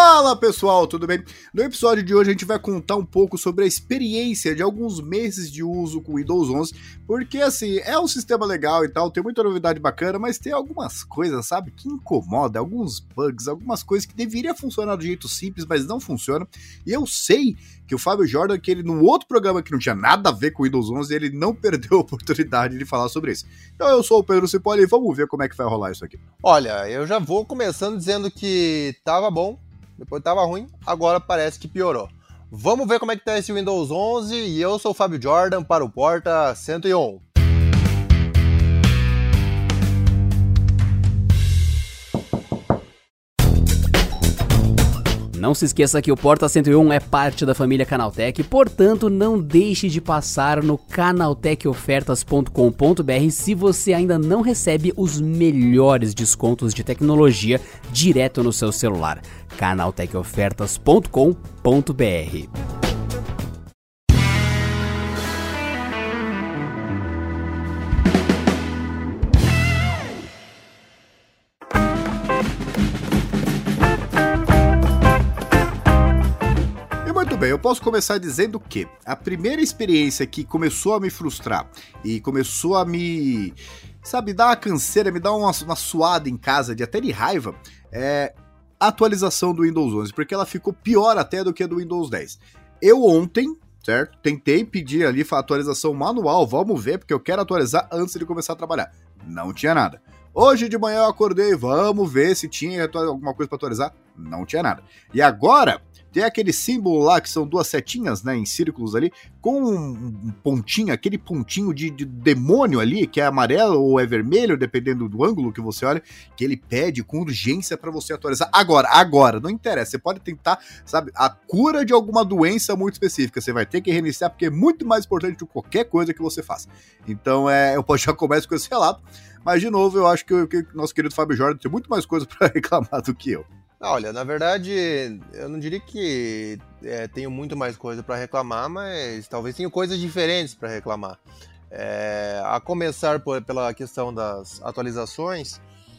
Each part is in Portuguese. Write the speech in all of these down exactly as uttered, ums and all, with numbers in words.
Fala pessoal, tudo bem? No episódio de hoje a gente vai contar um pouco sobre a experiência de alguns meses de uso com o Windows onze, porque assim, é um sistema legal e tal, tem muita novidade bacana, mas tem algumas coisas, sabe, que incomoda, alguns bugs, algumas coisas que deveria funcionar do jeito simples, mas não funcionam, e eu sei que o Fábio Jordan, que ele num outro programa que não tinha nada a ver com o Windows onze, ele não perdeu a oportunidade de falar sobre isso. Então eu sou o Pedro Cipolli e vamos ver como é que vai rolar isso aqui. Olha, eu já vou começando dizendo que tava bom, depois tava ruim, agora parece que piorou. Vamos ver como é que tá esse Windows onze, e eu sou o Fábio Jordan para o Porta cento e um. Não se esqueça que o Porta cento e um é parte da família Canaltech, portanto não deixe de passar no canaltech ofertas ponto com ponto br se você ainda não recebe os melhores descontos de tecnologia direto no seu celular. canaltech ofertas ponto com ponto br. Eu posso começar dizendo que a primeira experiência que começou a me frustrar e começou a me, sabe, dar uma canseira, me dar uma, uma suada em casa, de até de raiva, é a atualização do Windows onze, porque ela ficou pior até do que a do Windows dez. Eu ontem, certo, tentei pedir ali a atualização manual, vamos ver, porque eu quero atualizar antes de começar a trabalhar. Não tinha nada. Hoje de manhã eu acordei, vamos ver se tinha alguma coisa para atualizar. Não tinha nada. E agora tem aquele símbolo lá, que são duas setinhas, né, em círculos ali, com um pontinho, aquele pontinho de, de demônio ali, que é amarelo ou é vermelho, dependendo do ângulo que você olha, que ele pede com urgência para você atualizar. Agora, agora, não interessa, você pode tentar, sabe, a cura de alguma doença muito específica, você vai ter que reiniciar, porque é muito mais importante do que qualquer coisa que você faça. Então, é, eu já começo com esse relato, mas, de novo, eu acho que o nosso querido Fábio Jordan tem muito mais coisa para reclamar do que eu. Olha, na verdade, eu não diria que é, tenho muito mais coisa para reclamar, mas talvez tenha coisas diferentes para reclamar. É, a começar por, pela questão das atualizações,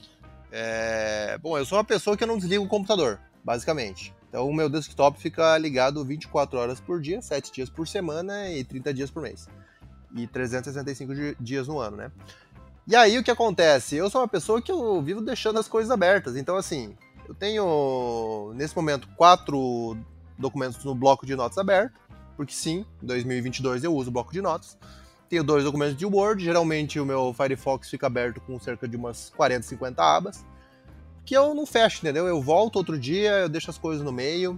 é, bom, eu sou uma pessoa que não desliga o computador, basicamente. Então o meu desktop fica ligado vinte e quatro horas por dia, sete dias por semana e trinta dias por mês. E trezentos e sessenta e cinco dias no ano, né? E aí o que acontece? Eu sou uma pessoa que eu vivo deixando as coisas abertas, então assim... Eu tenho, nesse momento, quatro documentos no bloco de notas aberto, porque sim, em dois mil e vinte e dois eu uso o bloco de notas. Tenho dois documentos de Word, geralmente o meu Firefox fica aberto com cerca de umas quarenta, cinquenta abas, que eu não fecho, entendeu? Eu volto outro dia, eu deixo as coisas no meio.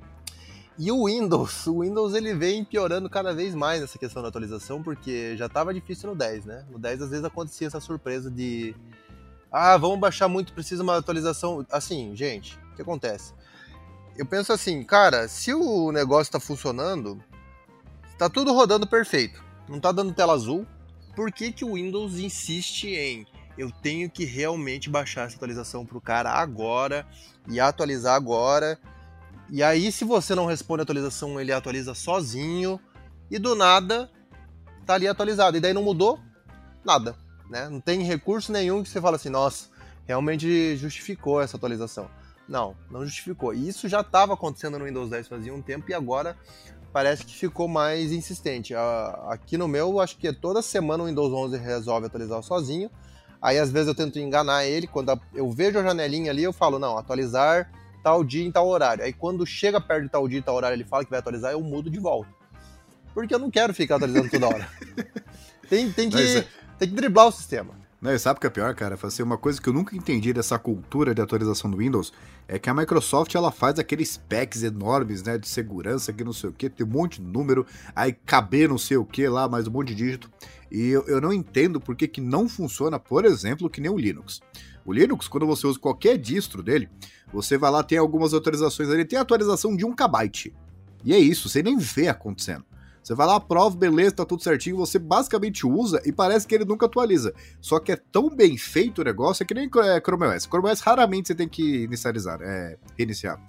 E o Windows, o Windows ele vem piorando cada vez mais essa questão da atualização, porque já estava difícil no dez, né? No dez às vezes acontecia essa surpresa de... Ah, vamos baixar muito, precisa de uma atualização. Assim, gente, o que acontece? Eu penso assim, cara, se o negócio tá funcionando, tá tudo rodando perfeito, não tá dando tela azul, por que que o Windows insiste em eu tenho que realmente baixar essa atualização pro cara agora e atualizar agora? E aí, se você não responde a atualização, ele atualiza sozinho e do nada tá ali atualizado. E daí não mudou nada. Né? Não tem recurso nenhum que você fala assim, nossa, realmente justificou essa atualização. Não, não justificou. E isso já estava acontecendo no Windows dez fazia um tempo e agora parece que ficou mais insistente. Aqui no meu, acho que toda semana o Windows onze resolve atualizar sozinho. Aí às vezes eu tento enganar ele, quando eu vejo a janelinha ali eu falo, não, atualizar tal dia em tal horário. Aí quando chega perto de tal dia e tal horário ele fala que vai atualizar, eu mudo de volta. Porque eu não quero ficar atualizando toda hora. Tem, tem que... Tem que driblar o sistema. Não, e sabe o que é pior, cara? Assim, uma coisa que eu nunca entendi dessa cultura de atualização do Windows é que a Microsoft ela faz aqueles packs enormes, né, de segurança, que não sei o que, tem um monte de número, aí caber não sei o que lá, mais um monte de dígito. E eu, eu não entendo por que que não funciona, por exemplo, que nem o Linux. O Linux, quando você usa qualquer distro dele, você vai lá, tem algumas atualizações ali, tem atualização de um kbyte. E é isso, você nem vê acontecendo. Você vai lá, aprova, beleza, tá tudo certinho, você basicamente usa e parece que ele nunca atualiza. Só que é tão bem feito o negócio, é que nem é, Chrome O S. Chrome O S raramente você tem que inicializar, é, reiniciar.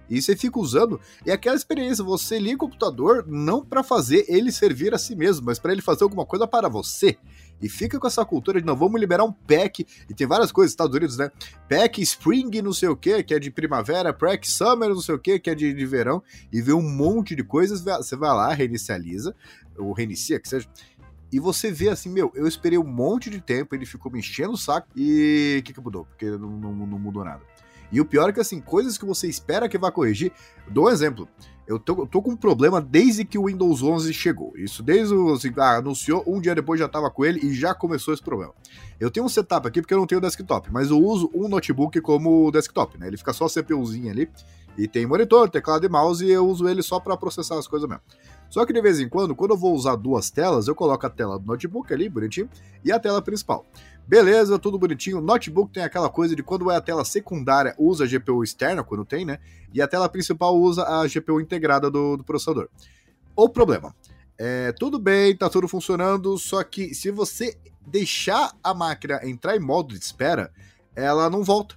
E você fica usando, e aquela experiência, você liga o computador não para fazer ele servir a si mesmo, mas para ele fazer alguma coisa para você. E fica com essa cultura de, não, vamos liberar um pack, e tem várias coisas, Estados Unidos, né? Pack Spring não sei o que, que é de primavera, Pack Summer não sei o que, que é de, de verão, e vê um monte de coisas, você vai lá, reinicializa, ou reinicia, que seja, e você vê assim, meu, eu esperei um monte de tempo, ele ficou me enchendo o saco, e o que que mudou? Porque não, não, não mudou nada. E o pior é que, assim, coisas que você espera que vai corrigir, dou um exemplo, eu tô, eu tô com um problema desde que o Windows onze chegou, isso desde o, assim, ah, anunciou, um dia depois já tava com ele e já começou esse problema. Eu tenho um setup aqui porque eu não tenho desktop, mas eu uso um notebook como desktop, né, ele fica só CPUzinho ali, e tem monitor, teclado e mouse, e eu uso ele só para processar as coisas mesmo. Só que de vez em quando, quando eu vou usar duas telas, eu coloco a tela do notebook ali, bonitinho, e a tela principal. Beleza, tudo bonitinho. O notebook tem aquela coisa de quando é a tela secundária, usa a G P U externa, quando tem, né? E a tela principal usa a G P U integrada do, do processador. O problema, é, tudo bem, tá tudo funcionando, só que se você deixar a máquina entrar em modo de espera, ela não volta.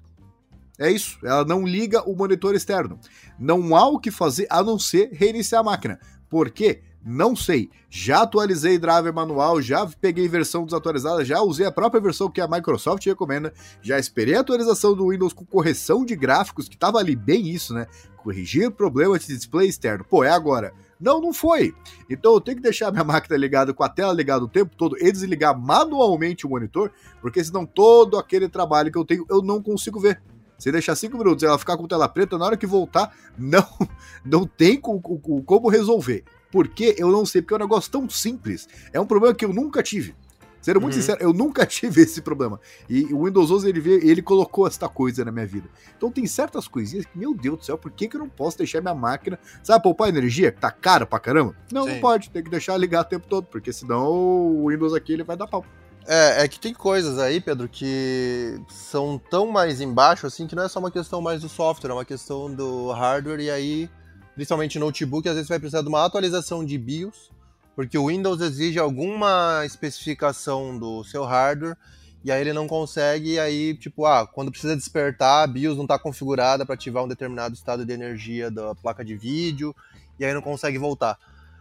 É isso, ela não liga o monitor externo. Não há o que fazer a não ser reiniciar a máquina. Por quê? Não sei. Já atualizei driver manual, já peguei versão desatualizada, já usei a própria versão que a Microsoft recomenda, já esperei a atualização do Windows com correção de gráficos, que tava ali bem isso, né? Corrigir problema de display externo. Pô, é agora. Não, não foi. Então eu tenho que deixar minha máquina ligada com a tela ligada o tempo todo e desligar manualmente o monitor, porque senão todo aquele trabalho que eu tenho eu não consigo ver. Se deixar cinco minutos e ela ficar com tela preta, na hora que voltar, não, não tem como resolver. Por quê? Eu não sei, porque é um negócio tão simples. É um problema que eu nunca tive. Sendo muito uhum. sincero, eu nunca tive esse problema. E o Windows onze, ele, veio, ele colocou essa coisa na minha vida. Então tem certas coisinhas que, meu Deus do céu, por que, que eu não posso deixar minha máquina, sabe, poupar energia, que tá cara pra caramba? Não, Sim. não pode, tem que deixar ligar o tempo todo, porque senão o Windows aqui, ele vai dar pau. É, é que tem coisas aí, Pedro, que são tão mais embaixo, assim, que não é só uma questão mais do software, é uma questão do hardware, e aí, principalmente notebook, às vezes vai precisar de uma atualização de BIOS, porque o Windows exige alguma especificação do seu hardware, e aí ele não consegue, e aí, tipo, ah, quando precisa despertar, a BIOS não está configurada para ativar um determinado estado de energia da placa de vídeo, e aí não consegue voltar.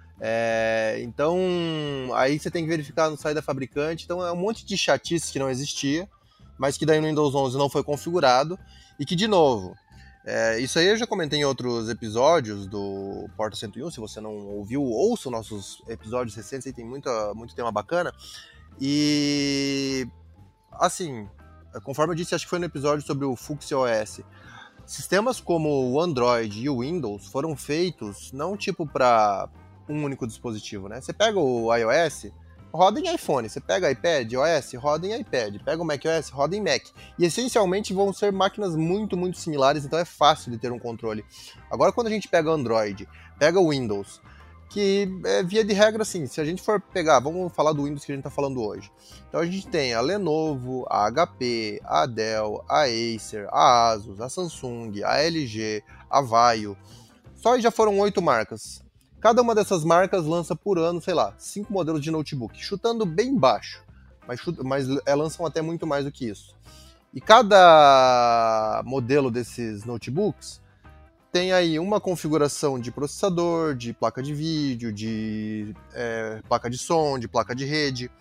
É, então, aí você tem que verificar no site da fabricante. Então é um monte de chatice que não existia, mas que daí no Windows onze não foi configurado. E que, de novo, é, isso aí eu já comentei em outros episódios do Porta cento e um. Se você não ouviu, ouça os nossos episódios recentes, aí tem muita, muito tema bacana. E, assim, conforme eu disse, acho que foi no episódio sobre o FuxOS, sistemas como o Android e o Windows foram feitos não tipo para um único dispositivo, né? Você pega o iOS, roda em iPhone. Você pega o iPad, iOS, roda em iPad. Pega o macOS, roda em Mac. E essencialmente vão ser máquinas muito, muito similares, então é fácil de ter um controle. Agora, quando a gente pega o Android, pega o Windows, que é via de regra assim, se a gente for pegar, vamos falar do Windows que a gente tá falando hoje. Então a gente tem a Lenovo, a H P, a Dell, a Acer, a Asus, a Samsung, a L G, a Vaio. Só aí já foram oito marcas. Cada uma dessas marcas lança por ano, sei lá, cinco modelos de notebook, chutando bem baixo, mas, chuta, mas é, lançam até muito mais do que isso. E cada modelo desses notebooks tem aí uma configuração de processador, de placa de vídeo, de é, placa de som, de placa de rede.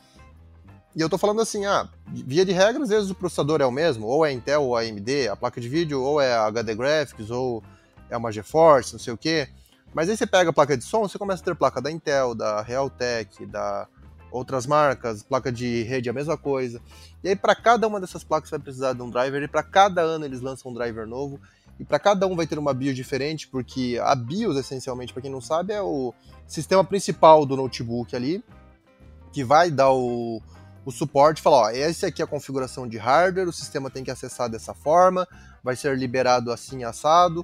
E eu tô falando assim, ah, via de regra, às vezes o processador é o mesmo, ou é Intel ou A M D, a placa de vídeo ou é a H D Graphics, ou é uma GeForce, não sei o quê. Mas aí você pega a placa de som, você começa a ter placa da Intel, da Realtek, da outras marcas, placa de rede, a mesma coisa. E aí para cada uma dessas placas você vai precisar de um driver, e para cada ano eles lançam um driver novo, e para cada um vai ter uma BIOS diferente, porque a BIOS, essencialmente, para quem não sabe, é o sistema principal do notebook ali, que vai dar o, o suporte, falar, ó, essa aqui é a configuração de hardware, o sistema tem que acessar dessa forma, vai ser liberado assim, assado.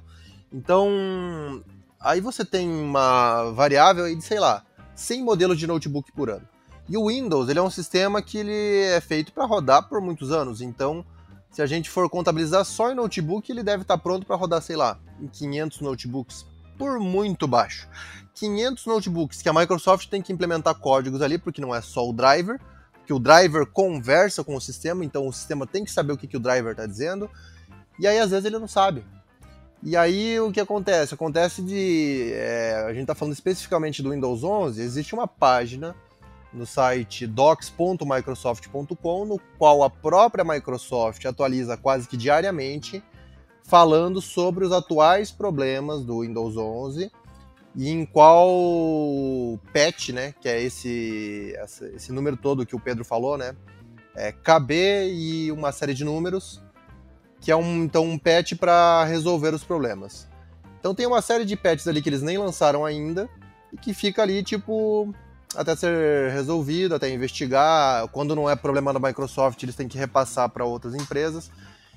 Então, aí você tem uma variável aí de, sei lá, cem modelos de notebook por ano. E o Windows, ele é um sistema que ele é feito para rodar por muitos anos, então se a gente for contabilizar só em notebook, ele deve estar pronto para rodar, sei lá, em quinhentos notebooks, por muito baixo. quinhentos notebooks que a Microsoft tem que implementar códigos ali, porque não é só o driver, que o driver conversa com o sistema, então o sistema tem que saber o que, que o driver está dizendo, e aí às vezes ele não sabe. E aí o que acontece? Acontece de... É, a gente está falando especificamente do Windows onze, existe uma página no site docs ponto microsoft ponto com, no qual a própria Microsoft atualiza quase que diariamente, falando sobre os atuais problemas do Windows onze e em qual patch, né, que é esse, esse número todo que o Pedro falou, né, é K B e uma série de números, que é um, então, um patch para resolver os problemas. Então tem uma série de patches ali que eles nem lançaram ainda e que fica ali, tipo, até ser resolvido, até investigar. Quando não é problema da Microsoft, eles têm que repassar para outras empresas.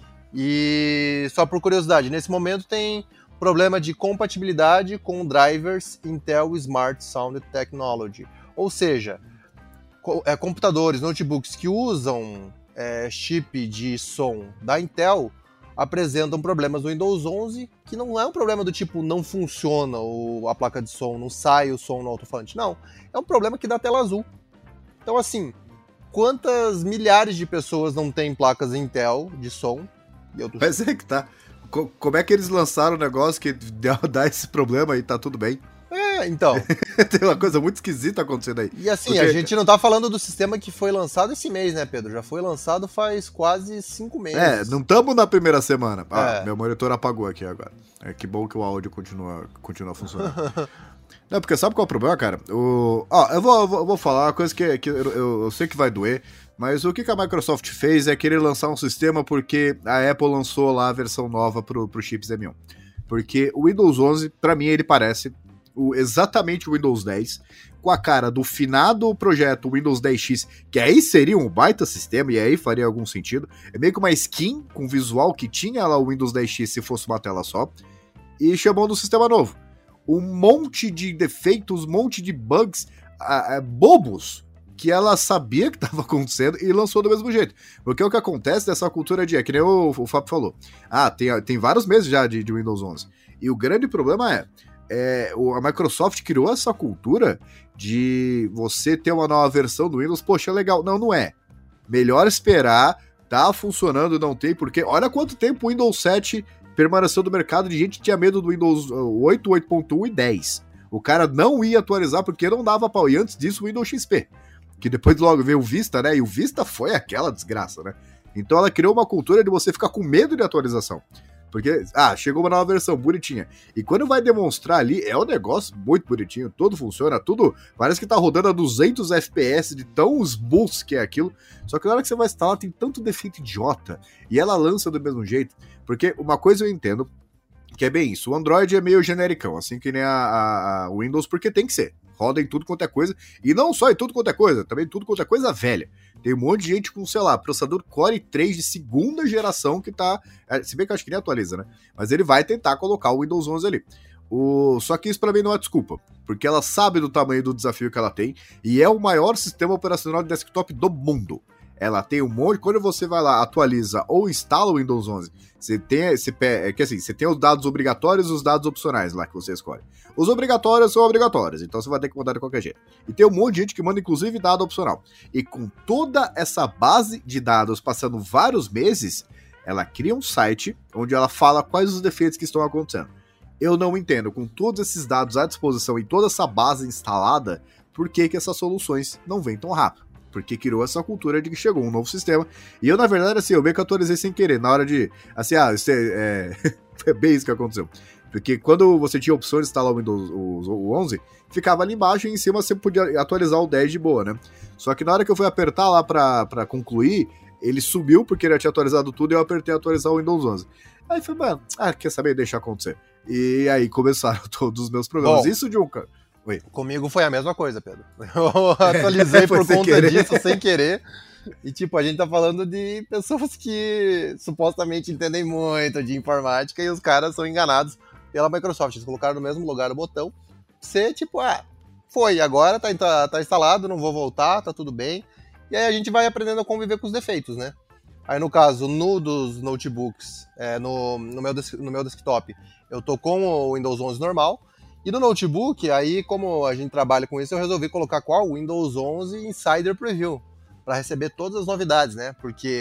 E só por curiosidade, nesse momento tem problema de compatibilidade com drivers Intel Smart Sound Technology. Ou seja, co- é, computadores, notebooks que usam é, chip de som da Intel apresentam problemas no Windows onze, que não é um problema do tipo não funciona o, a placa de som, não sai o som no alto-falante. Não, é um problema que dá tela azul. Então assim, quantas milhares de pessoas não têm placas Intel de som? Eu tô... Mas é que tá. Co- como é que eles lançaram um negócio que dá, dá esse problema e tá tudo bem? É, então. Tem uma coisa muito esquisita acontecendo aí. E assim, Porque... a gente não tá falando do sistema que foi lançado esse mês, né, Pedro? Já foi lançado faz quase cinco meses. É, não estamos na primeira semana. Ah, É. meu monitor apagou aqui agora. É que bom que o áudio continua, continua funcionando. Não, porque sabe qual é o problema, cara? O... Ó, eu vou, eu vou, eu vou falar uma coisa que, que eu, eu, eu sei que vai doer, mas o que, que a Microsoft fez é querer lançar um sistema porque a Apple lançou lá a versão nova pro, pro chips M um. Porque o Windows onze, pra mim, ele parece o, exatamente o Windows dez, com a cara do finado projeto Windows dez X, que aí seria um baita sistema, e aí faria algum sentido. É meio que uma skin com visual que tinha lá o Windows dez X se fosse uma tela só, e chamou do sistema novo. Um monte de defeitos, um monte de bugs ah, ah, bobos que ela sabia que estava acontecendo e lançou do mesmo jeito. Porque o que acontece dessa cultura de... É que nem o, o Fábio falou. Ah, tem, tem vários meses já de, de Windows onze. E o grande problema é, é o, a Microsoft criou essa cultura de você ter uma nova versão do Windows. Poxa, legal. Não, não é. Melhor esperar, tá funcionando, não tem, porque olha quanto tempo o Windows sete permaneceu no mercado de gente que tinha medo do Windows oito, oito ponto um e dez. O cara não ia atualizar porque não dava pau. E antes disso, o Windows X P. Que depois logo veio o Vista, né? E o Vista foi aquela desgraça, né? Então ela criou uma cultura de você ficar com medo de atualização. Porque, ah, chegou uma nova versão, bonitinha. E quando vai demonstrar ali, é um negócio muito bonitinho, tudo funciona, tudo parece que tá rodando a duzentos F P S de tão smooth que é aquilo. Só que na hora que você vai instalar tem tanto defeito idiota. E ela lança do mesmo jeito. Porque uma coisa eu entendo, que é bem isso, o Android é meio genericão, assim que nem a, a, a Windows, porque tem que ser. Roda em tudo quanto é coisa, e não só em tudo quanto é coisa, também tudo quanto é coisa velha. Tem um monte de gente com, sei lá, processador Core três de segunda geração que tá... Se bem que eu acho que nem atualiza, né? Mas ele vai tentar colocar o Windows onze ali. O... Só que isso pra mim não é desculpa, porque ela sabe do tamanho do desafio que ela tem, e é o maior sistema operacional de desktop do mundo. Ela tem um monte, quando você vai lá, atualiza ou instala o Windows onze, você tem esse pé, é que assim, você tem os dados obrigatórios e os dados opcionais lá que você escolhe. Os obrigatórios são obrigatórios, então você vai ter que mandar de qualquer jeito. E tem um monte de gente que manda inclusive dado opcional. E com toda essa base de dados passando vários meses, ela cria um site onde ela fala quais os defeitos que estão acontecendo. Eu não entendo, com todos esses dados à disposição e toda essa base instalada, por que que essas soluções não vêm tão rápido? Porque criou essa cultura de que chegou um novo sistema. E eu, na verdade, assim, eu meio que atualizei sem querer. Na hora de, assim, ah, isso é, é, é bem isso que aconteceu. Porque quando você tinha a opção de instalar o Windows o, o onze, ficava ali embaixo e em cima você podia atualizar o dez de boa, né? Só que na hora que eu fui apertar lá pra, pra concluir, ele subiu porque ele já tinha atualizado tudo e eu apertei atualizar o Windows onze. Aí foi, mano, ah, quer saber? Deixa acontecer. E aí começaram todos os meus problemas. Bom, isso de um cara... Oi. Comigo foi a mesma coisa, Pedro. Eu atualizei por conta querer. disso, sem querer. E, tipo, a gente tá falando de pessoas que supostamente entendem muito de informática e os caras são enganados pela Microsoft. Eles colocaram no mesmo lugar o botão. Você, tipo, ah, foi, agora tá, tá, tá instalado, não vou voltar, tá tudo bem. E aí a gente vai aprendendo a conviver com os defeitos, né? Aí, no caso, no dos notebooks, é, no, no, meu des- no meu desktop, eu tô com o Windows onze normal. E no notebook, aí como a gente trabalha com isso, eu resolvi colocar qual? Windows onze Insider Preview, para receber todas as novidades, né? Porque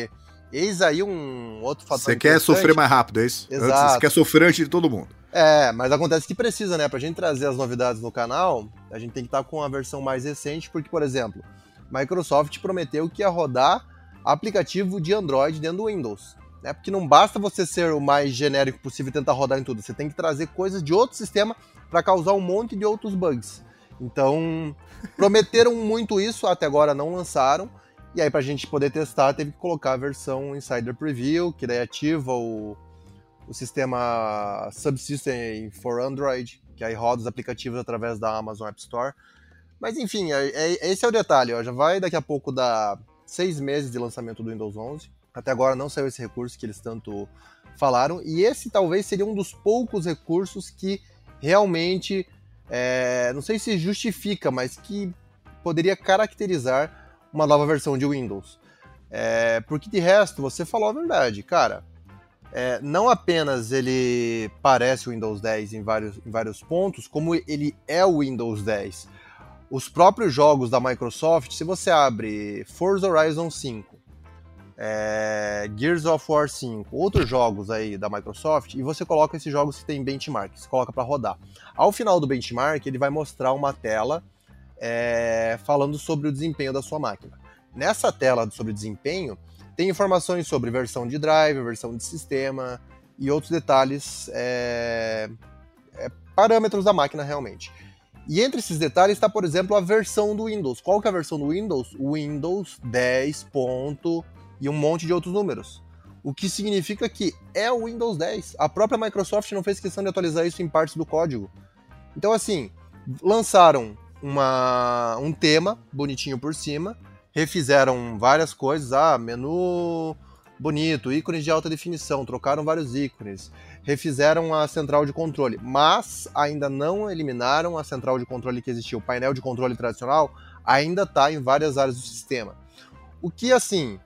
Eis aí um outro fator Você quer sofrer mais rápido, é isso? Exato. Você quer sofrer antes de todo mundo. É, mas acontece que precisa, né? Pra gente trazer as novidades no canal, a gente tem que estar com a versão mais recente, porque, por exemplo, Microsoft prometeu que ia rodar aplicativo de Android dentro do Windows. Né? Porque não basta você ser o mais genérico possível e tentar rodar em tudo. Você tem que trazer coisas de outro sistema para causar um monte de outros bugs. Então, prometeram muito isso, até agora não lançaram. E aí, pra gente poder testar, teve que colocar a versão Insider Preview, que daí ativa o, o sistema Subsystem for Android, que aí roda os aplicativos através da Amazon App Store. Mas enfim, é, é, esse é o detalhe. Ó. Já vai daqui a pouco dar seis meses de lançamento do Windows onze. Até agora não saiu esse recurso que eles tanto falaram. E esse talvez seria um dos poucos recursos que realmente, é, não sei se justifica, mas que poderia caracterizar uma nova versão de Windows. É, porque de resto, você falou a verdade, cara. É, não apenas ele parece o Windows dez em vários, em vários pontos, como ele é o Windows dez. Os próprios jogos da Microsoft, se você abre Forza Horizon cinco, é, Gears of War cinco, outros jogos aí da Microsoft, e você coloca esses jogos que tem benchmark, você coloca para rodar. Ao final do benchmark, ele vai mostrar uma tela É, falando sobre o desempenho da sua máquina. Nessa tela sobre desempenho, tem informações sobre versão de drive, versão de sistema e outros detalhes, é, é, parâmetros da máquina realmente. E entre esses detalhes está, por exemplo, a versão do Windows. Qual que é a versão do Windows? Windows dez. Ponto, e um monte de outros números. O que significa que é o Windows dez. A própria Microsoft não fez questão de atualizar isso em partes do código. Então, assim, lançaram Uma, um tema bonitinho por cima, refizeram várias coisas, ah, menu bonito, ícones de alta definição, trocaram vários ícones, refizeram a central de controle, mas ainda não eliminaram a central de controle que existia. O painel de controle tradicional ainda está em várias áreas do sistema. O que, assim,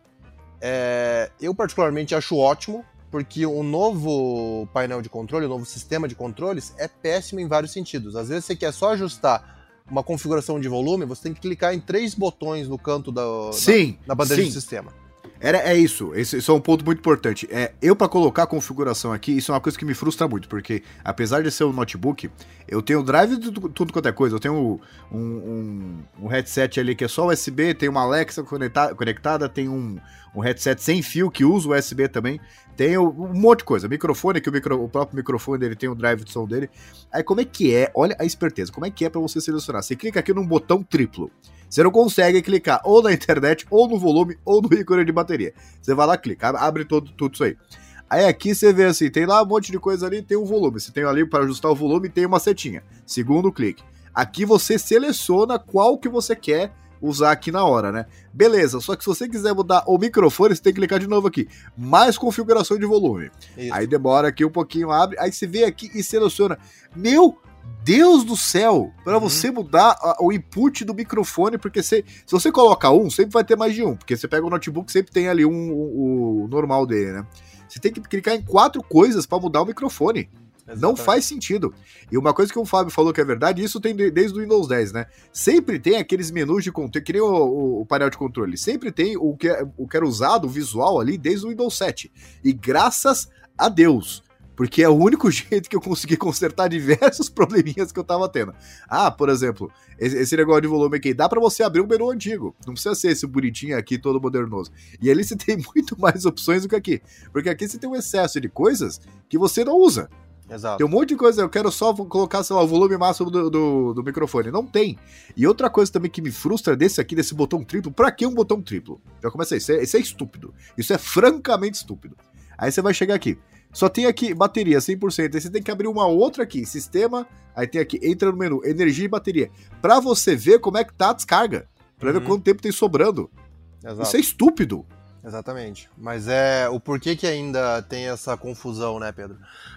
é, eu particularmente acho ótimo, porque o novo painel de controle, o novo sistema de controles é péssimo em vários sentidos. Às vezes você quer só ajustar uma configuração de volume, você tem que clicar em três botões no canto da, sim, na, na bandeja sim. do sistema. Era, é isso, esse, isso é um ponto muito importante. É, eu, para colocar a configuração aqui, isso é uma coisa que me frustra muito, porque apesar de ser um notebook, eu tenho drive de tudo, tudo quanto é coisa. Eu tenho um, um, um headset ali que é só U S B, tem uma Alexa conectada, conectada tem um, um headset sem fio que usa o U S B também, tem um monte de coisa. Microfone, que o, micro, o próprio microfone dele tem o drive de som dele. Aí como é que é, olha a esperteza, como é que é para você selecionar? Você clica aqui num botão triplo. Você não consegue clicar ou na internet, ou no volume, ou no ícone de bateria. Você vai lá, clica, abre todo, tudo isso aí. Aí aqui você vê assim, tem lá um monte de coisa ali, tem um volume. Você tem ali para ajustar o volume, tem uma setinha. Segundo clique. Aqui você seleciona qual que você quer usar aqui na hora, né? Beleza, só que se você quiser mudar o microfone, você tem que clicar de novo aqui. Mais configuração de volume. Isso. Aí demora aqui um pouquinho, abre, aí você vem aqui e seleciona. Meu Deus do céu, para uhum. você mudar a, o input do microfone, porque você, se você coloca um, sempre vai ter mais de um, porque você pega o notebook, sempre tem ali um, um, o normal dele, né? Você tem que clicar em quatro coisas para mudar o microfone. Exatamente. Não faz sentido. E uma coisa que o Fábio falou que é verdade, isso tem desde o Windows dez, né? Sempre tem aqueles menus de controle, que nem o, o, o painel de controle, sempre tem o que, é, o que era usado, o visual ali, desde o Windows sete. E graças a Deus, porque é o único jeito que eu consegui consertar diversos probleminhas que eu tava tendo. Ah, por exemplo, esse negócio de volume aqui, dá pra você abrir um menu antigo. Não precisa ser esse bonitinho aqui, todo modernoso. E ali você tem muito mais opções do que aqui. Porque aqui você tem um excesso de coisas que você não usa. Exato. Tem um monte de coisa, eu quero só colocar, sei lá, o volume máximo do, do, do microfone. Não tem. E outra coisa também que me frustra desse aqui, desse botão triplo, pra que um botão triplo? Já começa aí, isso é, isso é estúpido. Isso é francamente estúpido. Aí você vai chegar aqui. Só tem aqui bateria, cem por cento. Aí você tem que abrir uma outra aqui, sistema. Aí tem aqui, entra no menu, energia e bateria. Pra você ver como é que tá a descarga. Pra uhum. ver quanto tempo tem sobrando. Exato. Isso é estúpido. Exatamente. Mas é o porquê que ainda tem essa confusão, né, Pedro?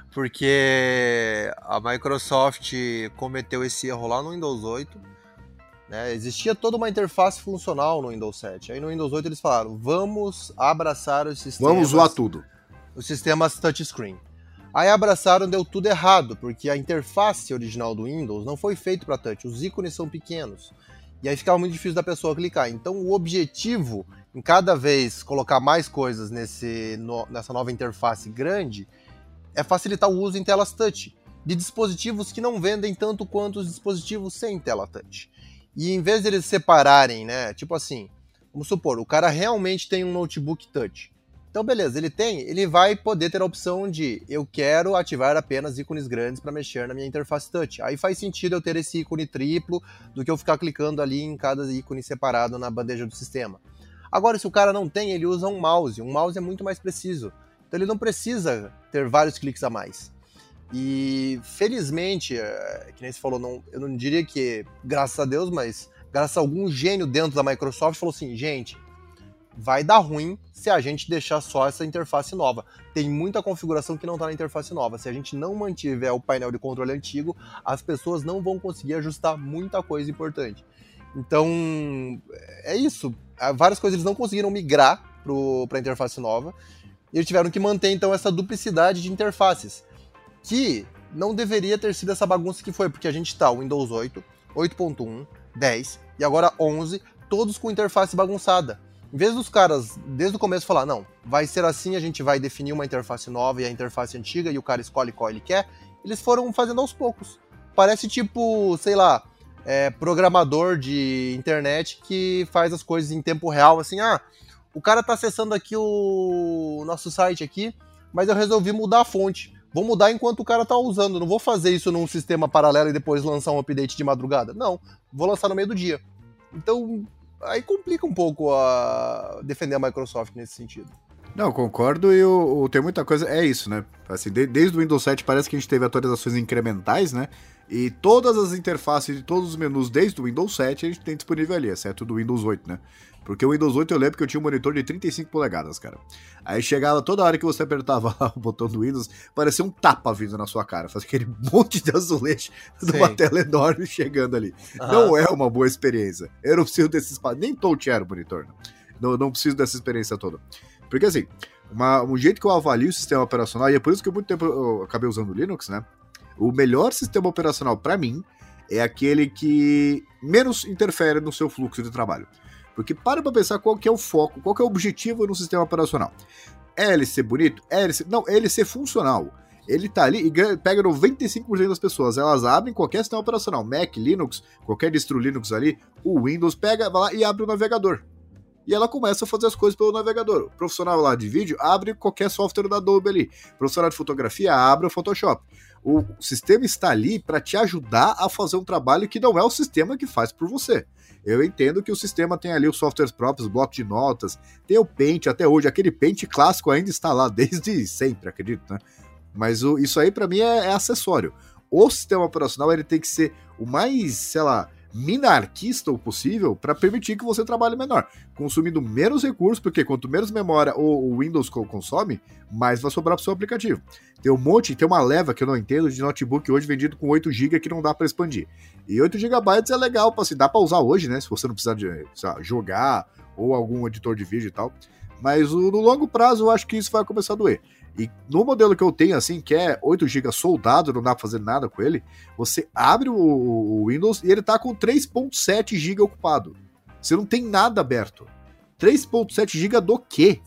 Porque a Microsoft cometeu esse erro lá no Windows oito. Né? Existia toda uma interface funcional no Windows sete. Aí no Windows oito eles falaram, vamos abraçar os sistemas... Vamos zoar tudo. Os sistemas touchscreen. Aí abraçaram, deu tudo errado, porque a interface original do Windows não foi feita para touch, os ícones são pequenos. E aí ficava muito difícil da pessoa clicar. Então o objetivo em cada vez colocar mais coisas nesse, no, nessa nova interface grande, é facilitar o uso em telas touch, de dispositivos que não vendem tanto quanto os dispositivos sem tela touch. E em vez de eles separarem, né, tipo assim, vamos supor, o cara realmente tem um notebook touch. Então beleza, ele tem, ele vai poder ter a opção de eu quero ativar apenas ícones grandes para mexer na minha interface touch. Aí faz sentido eu ter esse ícone triplo do que eu ficar clicando ali em cada ícone separado na bandeja do sistema. Agora, se o cara não tem, ele usa um mouse. Um mouse é muito mais preciso. Então ele não precisa ter vários cliques a mais. E felizmente, que nem você falou, não, eu não diria que graças a Deus, mas graças a algum gênio dentro da Microsoft falou assim, gente, vai dar ruim se a gente deixar só essa interface nova. Tem muita configuração que não está na interface nova. Se a gente não mantiver o painel de controle antigo, as pessoas não vão conseguir ajustar muita coisa importante. Então, é isso. Várias coisas eles não conseguiram migrar para a interface nova. E eles tiveram que manter, então, essa duplicidade de interfaces. Que não deveria ter sido essa bagunça que foi, porque a gente está o Windows oito, oito ponto um, dez e agora onze, todos com interface bagunçada. Em vez dos caras, desde o começo, falar, não, vai ser assim, a gente vai definir uma interface nova e a interface antiga, e o cara escolhe qual ele quer, eles foram fazendo aos poucos. Parece tipo, sei lá, é, programador de internet que faz as coisas em tempo real, assim, ah, o cara tá acessando aqui o nosso site aqui, mas eu resolvi mudar a fonte. Vou mudar enquanto o cara tá usando, não vou fazer isso num sistema paralelo e depois lançar um update de madrugada. Não, vou lançar no meio do dia. Então, aí complica um pouco a defender a Microsoft nesse sentido. Não, concordo, e o, o, tem muita coisa, é isso, né? Assim, de, desde o Windows sete parece que a gente teve atualizações incrementais, né? E todas as interfaces de todos os menus desde o Windows sete a gente tem disponível ali, exceto do Windows oito, né? Porque o Windows oito eu lembro que eu tinha um monitor de trinta e cinco polegadas, cara. Aí chegava toda hora que você apertava o botão do Windows, parecia um tapa vindo na sua cara. Fazia aquele monte de azulejo de uma tela enorme chegando ali. Uhum. Não é uma boa experiência. Eu não preciso desse espaço. Nem touch era o monitor, né? Não, não preciso dessa experiência toda. Porque assim, uma, um jeito que eu avalio o sistema operacional, e é por isso que muito tempo eu acabei usando o Linux, né? O melhor sistema operacional pra mim é aquele que menos interfere no seu fluxo de trabalho. Porque para pra pensar qual que é o foco, qual que é o objetivo no sistema operacional. É ele ser bonito? É ele ser... Não, é ele ser funcional. Ele tá ali e pega noventa e cinco por cento das pessoas. Elas abrem qualquer sistema operacional, Mac, Linux, qualquer distro Linux ali, o Windows pega, vai lá e abre o navegador. E ela começa a fazer as coisas pelo navegador. O profissional lá de vídeo abre qualquer software da Adobe ali. O profissional de fotografia abre o Photoshop. O sistema está ali para te ajudar a fazer um trabalho que não é o sistema que faz por você. Eu entendo que o sistema tem ali os softwares próprios, bloco de notas, tem o Paint até hoje, aquele Paint clássico ainda está lá desde sempre, acredito, né? Mas o, isso aí para mim é, é acessório. O sistema operacional ele tem que ser o mais, sei lá, minarquista o possível para permitir que você trabalhe menor, consumindo menos recursos, porque quanto menos memória o Windows consome, mais vai sobrar para o seu aplicativo. Tem um monte, tem uma leva que eu não entendo de notebook hoje vendido com oito gigas que não dá para expandir. E oito gigabytes é legal, para se dá para usar hoje, né? Se você não precisar de lá, jogar ou algum editor de vídeo e tal. Mas o, no longo prazo eu acho que isso vai começar a doer. E no modelo que eu tenho, assim, que é oito gigas soldado, não dá pra fazer nada com ele, você abre o, o Windows e ele tá com três ponto sete gigas ocupado. Você não tem nada aberto. três ponto sete gigas do quê?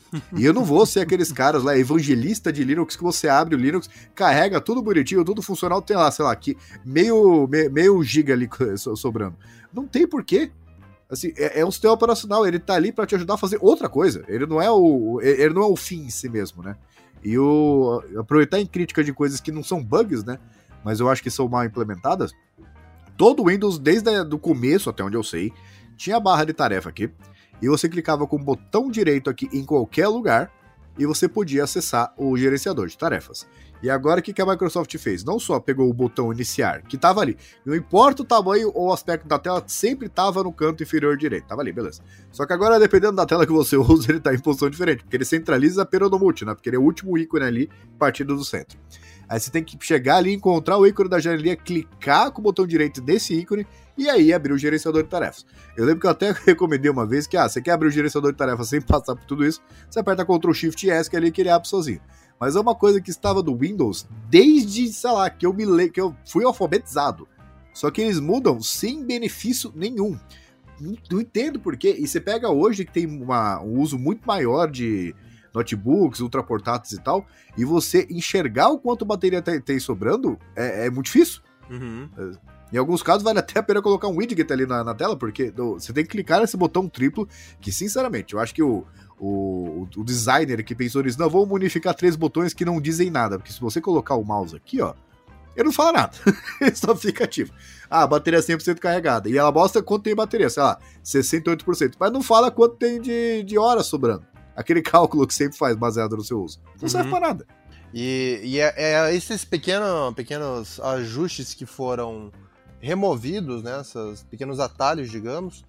E eu não vou ser aqueles caras lá, evangelista de Linux, que você abre o Linux, carrega tudo bonitinho, tudo funcional, tem lá, sei lá, aqui, meio, meio, meio giga ali sobrando. Não tem porquê. Assim, é, é um sistema operacional, ele tá ali pra te ajudar a fazer outra coisa. Ele não é o, ele não é o fim em si mesmo, né? E o, aproveitar em crítica de coisas que não são bugs, né? Mas eu acho que são mal implementadas. Todo o Windows, desde o começo, até onde eu sei, tinha a barra de tarefa aqui. E você clicava com o botão direito aqui em qualquer lugar e você podia acessar o gerenciador de tarefas. E agora o que a Microsoft fez? Não só pegou o botão iniciar, que estava ali. Não importa o tamanho ou o aspecto da tela, sempre estava no canto inferior direito. Estava ali, beleza. Só que agora, dependendo da tela que você usa, ele está em posição diferente. Porque ele centraliza apenas no multi, né? Porque ele é o último ícone ali, partindo do centro. Aí você tem que chegar ali, encontrar o ícone da janelinha, clicar com o botão direito desse ícone e aí abrir o gerenciador de tarefas. Eu lembro que eu até recomendei uma vez que, ah, você quer abrir o gerenciador de tarefas sem passar por tudo isso, você aperta control shift S, que é ali que ele abre sozinho. Mas é uma coisa que estava do Windows desde, sei lá, que eu, me le... que eu fui alfabetizado. Só que eles mudam sem benefício nenhum. não, não entendo por quê. E você pega hoje que tem uma, um uso muito maior de notebooks, ultraportáteis e tal, e você enxergar o quanto bateria tem, tem sobrando é, é muito difícil. Uhum. Em alguns casos vale até a pena colocar um widget ali na, na tela, porque do, você tem que clicar nesse botão triplo, que sinceramente, eu acho que o, o, o designer que pensou nisso, não, vamos unificar três botões que não dizem nada, porque se você colocar o mouse aqui, ó, ele não fala nada, ele só fica ativo. Ah, a bateria é cem por cento carregada, e ela mostra quanto tem bateria, sei lá, sessenta e oito por cento, mas não fala quanto tem de, de horas sobrando. Aquele cálculo que sempre faz baseado no seu uso. Não uhum. serve pra nada. E, e é, é esses pequeno, pequenos ajustes que foram removidos, né, esses pequenos atalhos, digamos,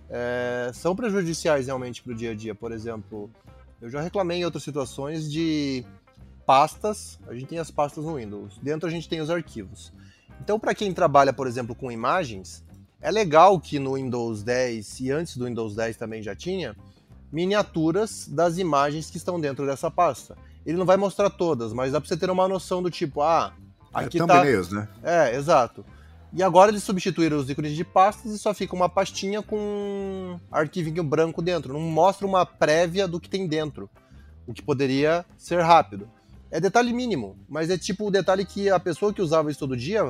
é, são prejudiciais realmente para o dia a dia. Por exemplo, eu já reclamei em outras situações de pastas. A gente tem as pastas no Windows, dentro a gente tem os arquivos. Então, para quem trabalha, por exemplo, com imagens, é legal que no Windows dez, e antes do Windows dez também já tinha, miniaturas das imagens que estão dentro dessa pasta. Ele não vai mostrar todas, mas dá para você ter uma noção do tipo, ah, aqui é, tá... thumbnails, né? É, exato. E agora eles substituíram os ícones de pastas e só fica uma pastinha com um arquivinho branco dentro. Não mostra uma prévia do que tem dentro, o que poderia ser rápido. É detalhe mínimo, mas é tipo o detalhe que a pessoa que usava isso todo dia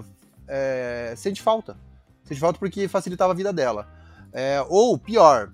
é, sente falta. Sente falta porque facilitava a vida dela. É, ou, pior,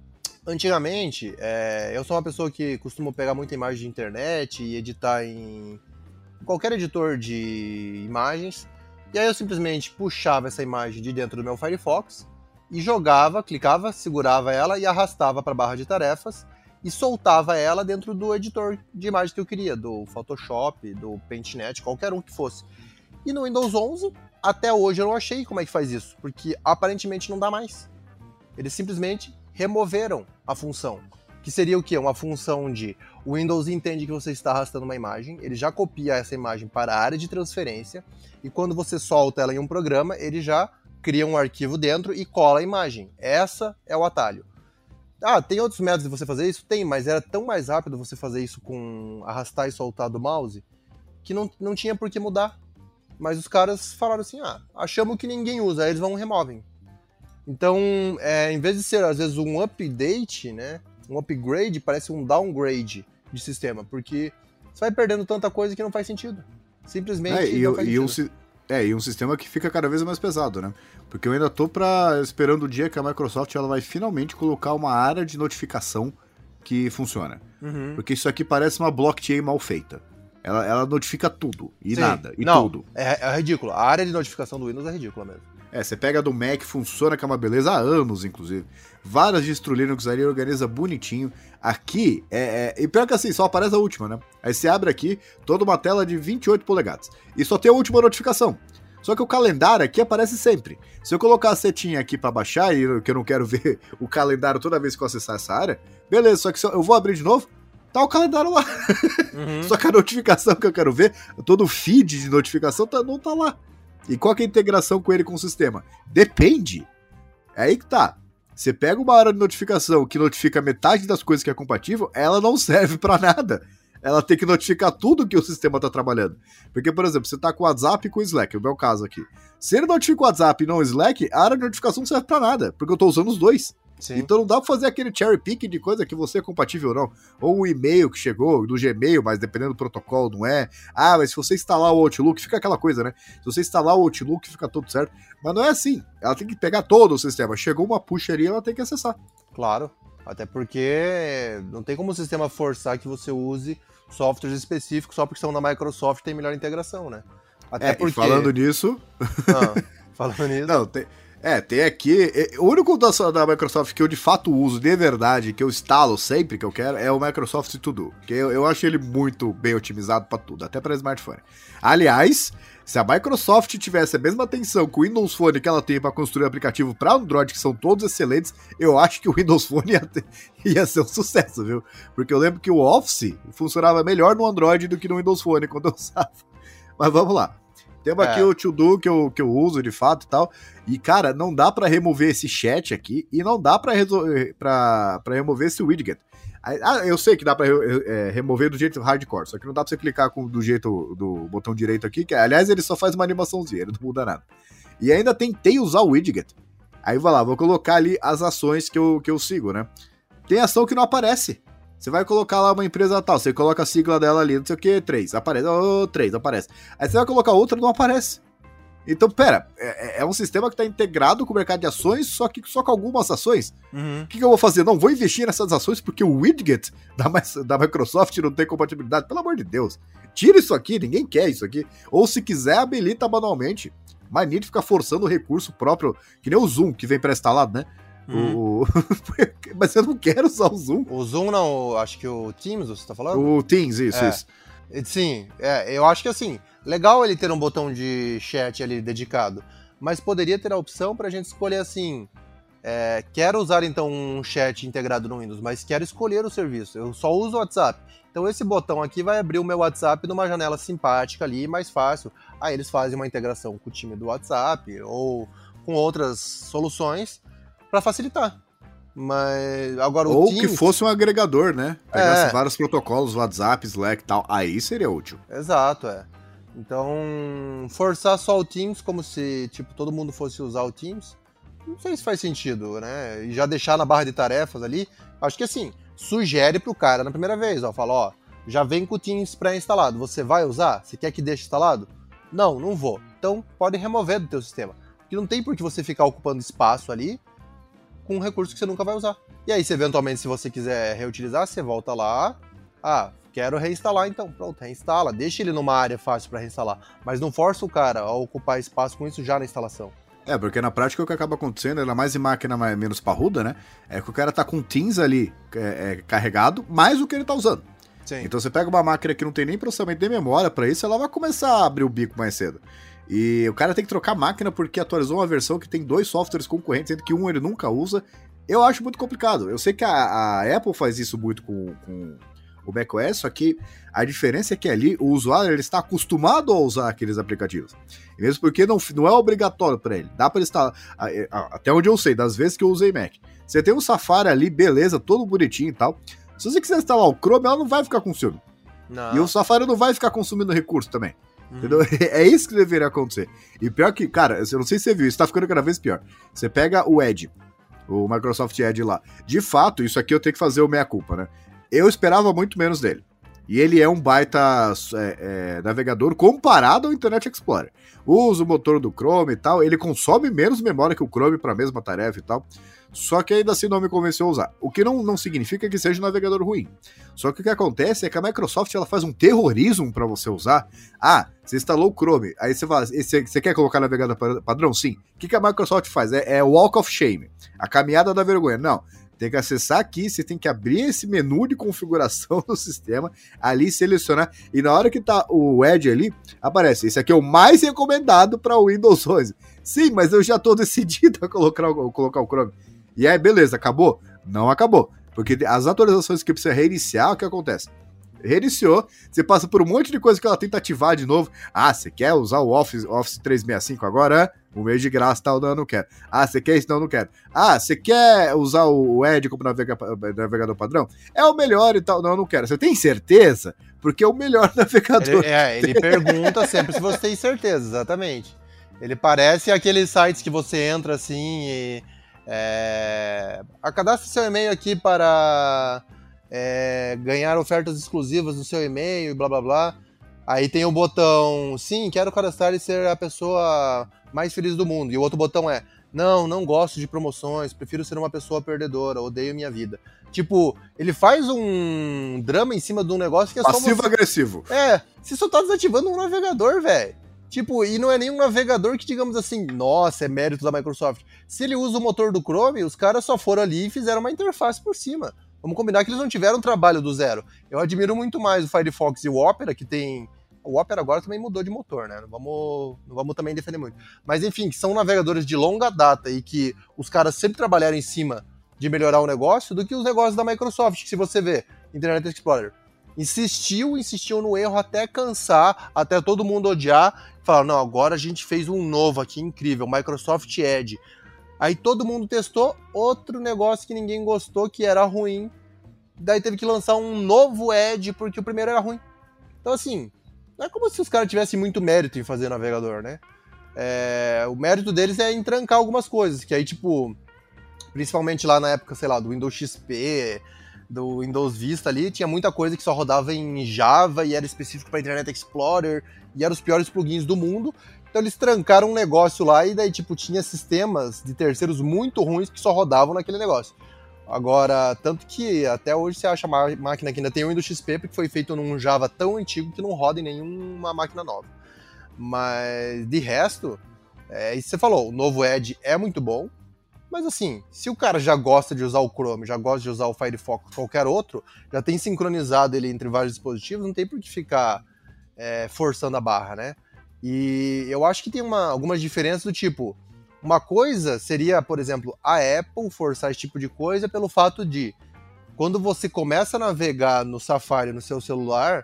antigamente, é, eu sou uma pessoa que costuma pegar muita imagem de internet e editar em qualquer editor de imagens. E aí eu simplesmente puxava essa imagem de dentro do meu Firefox e jogava, clicava, segurava ela e arrastava para a barra de tarefas e soltava ela dentro do editor de imagem que eu queria, do Photoshop, do PaintNet, qualquer um que fosse. E no Windows onze, até hoje eu não achei como é que faz isso, porque aparentemente não dá mais. Eles simplesmente removeram a função, que seria o quê? Uma função de o Windows entende que você está arrastando uma imagem, ele já copia essa imagem para a área de transferência, e quando você solta ela em um programa, ele já cria um arquivo dentro e cola a imagem. Essa é o atalho. Ah, tem outros métodos de você fazer isso? Tem, mas era tão mais rápido você fazer isso com arrastar e soltar do mouse, que não, não tinha por que mudar. Mas os caras falaram assim, ah, achamos que ninguém usa, aí eles vão e removem. Então, é, em vez de ser, às vezes, um update, né, um upgrade, parece um downgrade de sistema, porque você vai perdendo tanta coisa que não faz sentido. Simplesmente é, e, não faz e sentido. Um, é, e um sistema que fica cada vez mais pesado, né? Porque eu ainda tô pra, esperando o dia que a Microsoft ela vai finalmente colocar uma área de notificação que funciona. Uhum. Porque isso aqui parece uma blockchain mal feita. Ela, ela notifica tudo, e Sim. nada, e não, tudo. É, é ridículo. A área de notificação do Windows é ridícula mesmo. É, você pega do Mac, funciona que é uma beleza há anos, inclusive. Várias distro Linux ali, organiza bonitinho. Aqui, é, é... e pior que assim, só aparece a última, né? Aí você abre aqui, toda uma tela de vinte e oito polegadas. E só tem a última notificação. Só que o calendário aqui aparece sempre. Se eu colocar a setinha aqui pra baixar, e que eu não quero ver o calendário toda vez que eu acessar essa área, beleza, só que se eu vou abrir de novo, tá o calendário lá. Uhum. Só que a notificação que eu quero ver, todo o feed de notificação tá, não tá lá. E qual que é a integração com ele com o sistema? Depende. É aí que tá. Você pega uma área de notificação que notifica metade das coisas que é compatível, ela não serve pra nada. Ela tem que notificar tudo que o sistema tá trabalhando. Porque, por exemplo, você tá com o WhatsApp e com o Slack, é o meu caso aqui. Se ele notifica o WhatsApp e não o Slack, a área de notificação não serve pra nada, porque eu tô usando os dois. Sim. Então não dá pra fazer aquele cherry pick de coisa que você é compatível ou não. Ou o e-mail que chegou do Gmail, mas dependendo do protocolo não é. Ah, mas se você instalar o Outlook, fica aquela coisa, né? Se você instalar o Outlook, fica tudo certo. Mas não é assim. Ela tem que pegar todo o sistema. Chegou uma push ali, ela tem que acessar. Claro. Até porque não tem como o sistema forçar que você use softwares específicos só porque são da Microsoft e tem melhor integração, né? Até é, porque... e falando nisso... Ah, falando nisso... Não, tem... É, tem aqui... O único da, da Microsoft que eu de fato uso de verdade, que eu instalo sempre que eu quero, é o Microsoft To Do. Que eu, eu acho ele muito bem otimizado pra tudo, até pra smartphone. Aliás, se a Microsoft tivesse a mesma atenção com o Windows Phone que ela tem pra construir aplicativo pra Android, que são todos excelentes, eu acho que o Windows Phone ia, ter, ia ser um sucesso, viu? Porque eu lembro que o Office funcionava melhor no Android do que no Windows Phone quando eu usava. Mas vamos lá. Temos aqui é. o To Do que eu, que eu uso de fato e tal. E, cara, não dá pra remover esse chat aqui e não dá pra, pra, pra remover esse widget. Ah, eu sei que dá pra é, remover do jeito hardcore, só que não dá pra você clicar com, do jeito do botão direito aqui, que aliás ele só faz uma animaçãozinha, ele não muda nada. E ainda tentei usar o widget Aí vai lá, vou colocar ali as ações que eu, que eu sigo, né? Tem ação que não aparece. Você vai colocar lá uma empresa tal, você coloca a sigla dela ali, não sei o que, três, aparece, oh, três, aparece. Aí você vai colocar outra, não aparece. Então, pera, é, é um sistema que está integrado com o mercado de ações, só que só com algumas ações. Uhum. O que, que eu vou fazer? Não, vou investir nessas ações porque o widget da, da Microsoft não tem compatibilidade. Pelo amor de Deus. Tira isso aqui, ninguém quer isso aqui. Ou se quiser, habilita manualmente. Mas nem de ficar forçando o recurso próprio, que nem o Zoom, que vem pré-instalado, né? Uhum. O... Mas eu não quero usar o Zoom. O Zoom não, acho que o Teams, você tá falando? O Teams, isso, é. isso. Sim, é, eu acho que assim, legal ele ter um botão de chat ali dedicado, mas poderia ter a opção pra gente escolher assim, é, quero usar então um chat integrado no Windows, mas quero escolher o serviço, eu só uso o WhatsApp. Então esse botão aqui vai abrir o meu WhatsApp numa janela simpática ali, mais fácil. Aí eles fazem uma integração com o time do WhatsApp ou com outras soluções para facilitar. Mas agora o Ou Teams... que fosse um agregador, né? Pegasse É. vários protocolos, WhatsApp, Slack e tal. Aí seria útil. Exato, é. Então, forçar só o Teams como se, tipo, todo mundo fosse usar o Teams, não sei se faz sentido, né? E já deixar na barra de tarefas ali, acho que assim, sugere pro cara na primeira vez, ó, fala, ó, já vem com o Teams pré-instalado, você vai usar? Você quer que deixe instalado? Não, não vou. Então, pode remover do teu sistema. Porque não tem por que você ficar ocupando espaço ali com um recurso que você nunca vai usar. E aí, se eventualmente, se você quiser reutilizar, você volta lá, ah, quero reinstalar, então pronto, reinstala, deixa ele numa área fácil para reinstalar, mas não força o cara a ocupar espaço com isso já na instalação. É, porque na prática o que acaba acontecendo, ainda mais em máquina mais, menos parruda, né, é que o cara tá com o Teams ali é, é, carregado, mais o que ele tá usando. Sim. Então você pega uma máquina que não tem nem processamento nem memória para isso, ela vai começar a abrir o bico mais cedo. E o cara tem que trocar a máquina porque atualizou uma versão que tem dois softwares concorrentes, sendo que um ele nunca usa. Eu acho muito complicado. Eu sei que a, a Apple faz isso muito com, com o macOS, só que a diferença é que ali o usuário ele está acostumado a usar aqueles aplicativos. E mesmo porque não, não é obrigatório para ele. Dá para instalar. Até onde eu sei, das vezes que eu usei Mac. Você tem um Safari ali, beleza, todo bonitinho e tal. Se você quiser instalar o Chrome, ela não vai ficar com ciúme. Não. E o Safari não vai ficar consumindo recurso também. Uhum. Entendeu? É isso que deveria acontecer. E pior que, cara, eu não sei se você viu, isso tá ficando cada vez pior. Você pega o Edge, o Microsoft Edge lá. De fato, isso aqui eu tenho que fazer o meia-culpa, né? Eu esperava muito menos dele. E ele é um baita é, é, navegador comparado ao Internet Explorer. Usa o motor do Chrome e tal, ele consome menos memória que o Chrome para a mesma tarefa e tal. Só que ainda assim não me convenceu a usar. O que não, não significa que seja um navegador ruim. Só que o que acontece é que a Microsoft ela faz um terrorismo para você usar. Ah, você instalou o Chrome, aí você fala, você, você quer colocar navegador padrão? Sim. O que, que a Microsoft faz? É, é Walk of Shame, a caminhada da vergonha. Não. Tem que acessar aqui, você tem que abrir esse menu de configuração do sistema, ali selecionar, e na hora que tá o Edge ali, aparece, esse aqui é o mais recomendado para o Windows onze. Sim, mas eu já tô decidido a colocar, a colocar o Chrome. E aí, beleza, acabou? Não acabou, porque as atualizações que precisa reiniciar, o que acontece? Reiniciou, você passa por um monte de coisa que ela tenta ativar de novo. Ah, você quer usar o Office, Office trezentos e sessenta e cinco agora? Um mês de graça, tal, não, não quero. Ah, você quer isso? Não, não quero. Ah, você quer usar o Edge como navega, navegador padrão? É o melhor e tal, não, não quero. Você tem certeza? Porque é o melhor navegador. Ele, é, ele pergunta sempre se você tem certeza, exatamente. Ele parece aqueles sites que você entra assim e... É, cadastre seu e-mail aqui para... É, ganhar ofertas exclusivas no seu e-mail e blá blá blá. Aí tem o botão, sim, quero cadastrar e ser a pessoa mais feliz do mundo. E o outro botão é, não, não gosto de promoções, prefiro ser uma pessoa perdedora, odeio minha vida. Tipo, ele faz um drama em cima de um negócio que é só passivo-agressivo. É, você só tá desativando um navegador, velho. Tipo, e não é nenhum navegador que, digamos assim, nossa, é mérito da Microsoft. Se ele usa o motor do Chrome, os caras só foram ali e fizeram uma interface por cima. Vamos combinar que eles não tiveram trabalho do zero. Eu admiro muito mais o Firefox e o Opera, que tem... O Opera agora também mudou de motor, né? Não vamos, não vamos também defender muito. Mas enfim, que são navegadores de longa data e que os caras sempre trabalharam em cima de melhorar o negócio do que os negócios da Microsoft, que se você vê, Internet Explorer, insistiu, insistiu no erro até cansar, até todo mundo odiar, falar, não, agora a gente fez um novo aqui, incrível, Microsoft Edge. Aí todo mundo testou outro negócio que ninguém gostou, que era ruim. Daí teve que lançar um novo Edge, porque o primeiro era ruim. Então assim, não é como se os caras tivessem muito mérito em fazer navegador, né? é, o mérito deles é entrancar algumas coisas, que aí, tipo, principalmente lá na época, sei lá, do Windows X P, do Windows Vista ali, tinha muita coisa que só rodava em Java e era específico para Internet Explorer, e eram os piores plugins do mundo. Então eles trancaram um negócio lá e daí, tipo, tinha sistemas de terceiros muito ruins que só rodavam naquele negócio. Agora, tanto que até hoje você acha a máquina que ainda tem o Windows X P porque foi feito num Java tão antigo que não roda em nenhuma máquina nova. Mas, de resto, é isso que você falou, o novo Edge é muito bom, mas assim, se o cara já gosta de usar o Chrome, já gosta de usar o Firefox, qualquer outro, já tem sincronizado ele entre vários dispositivos, não tem por que ficar é, forçando a barra, né? E eu acho que tem uma, algumas diferenças do tipo, uma coisa seria, por exemplo, a Apple forçar esse tipo de coisa pelo fato de, quando você começa a navegar no Safari no seu celular,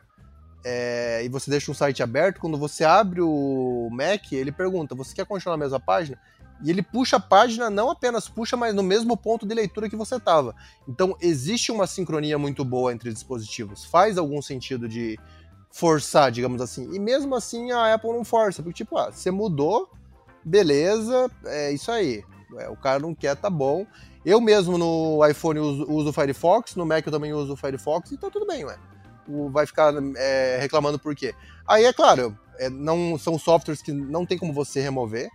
é, e você deixa um site aberto, quando você abre o Mac, ele pergunta, você quer continuar na mesma página? E ele puxa a página, não apenas puxa, mas no mesmo ponto de leitura que você estava. Então, existe uma sincronia muito boa entre dispositivos. Faz algum sentido de forçar, digamos assim. E mesmo assim, a Apple não força. Porque, tipo, ah, você mudou, beleza, é isso aí. É, o cara não quer, tá bom. Eu mesmo no iPhone uso, uso o Firefox, no Mac eu também uso o Firefox, e tá tudo bem, ué. O, vai ficar é, reclamando por quê? Aí, é claro, é, não, são softwares que não tem como você remover,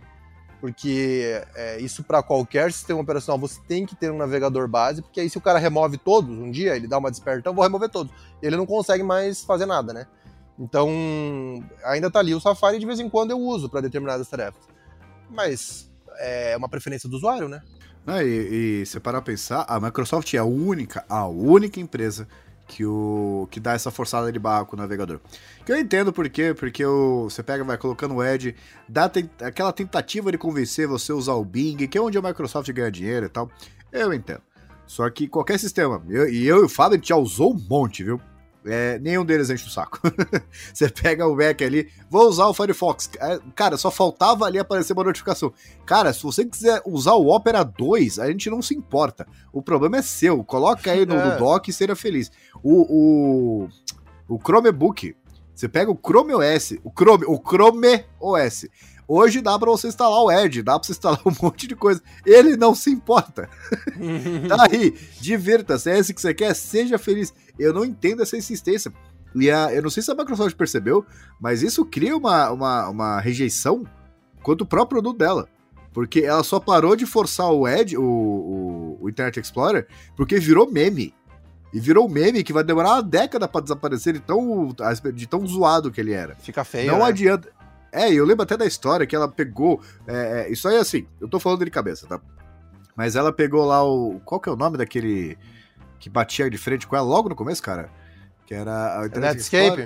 porque é, isso para qualquer sistema operacional você tem que ter um navegador base, porque aí se o cara remove todos um dia, ele dá uma desperta, eu vou remover todos. Ele não consegue mais fazer nada, né? Então, ainda tá ali o Safari, de vez em quando eu uso para determinadas tarefas. Mas é uma preferência do usuário, né? Ah, e, e se parar pra pensar, a Microsoft é a única, a única empresa que, o, que dá essa forçada de barra com o navegador. Que eu entendo por quê, porque o, você pega, vai colocando o Edge, dá te, aquela tentativa de convencer você a usar o Bing, que é onde a Microsoft ganha dinheiro e tal. Eu entendo. Só que qualquer sistema, eu, e eu e o Fábio, a gente já usou um monte, viu? É, nenhum deles enche o saco. Você pega o Mac ali, vou usar o Firefox. Cara, só faltava ali aparecer uma notificação. Cara, se você quiser usar o Opera dois, a gente não se importa. O problema é seu. Coloca aí no, é. no dock e seja feliz. O, o, o Chromebook, você pega o Chrome O S, o Chrome, o Chrome O S. Hoje dá pra você instalar o Edge, dá pra você instalar um monte de coisa. Ele não se importa. Tá aí, divirta-se, é esse que você quer, seja feliz. Eu não entendo essa insistência. E a, eu não sei se a Microsoft percebeu, mas isso cria uma, uma, uma rejeição quanto o próprio produto dela. Porque ela só parou de forçar o Edge, o, o, o Internet Explorer, porque virou meme. E virou meme que vai demorar uma década pra desaparecer de tão, de tão zoado que ele era. Fica feio, Não né? adianta... É, eu lembro até da história que ela pegou... É, isso aí, assim, eu tô falando de cabeça, tá? Mas ela pegou lá o... Qual que é o nome daquele que batia de frente com ela logo no começo, cara? Que era... A Netscape?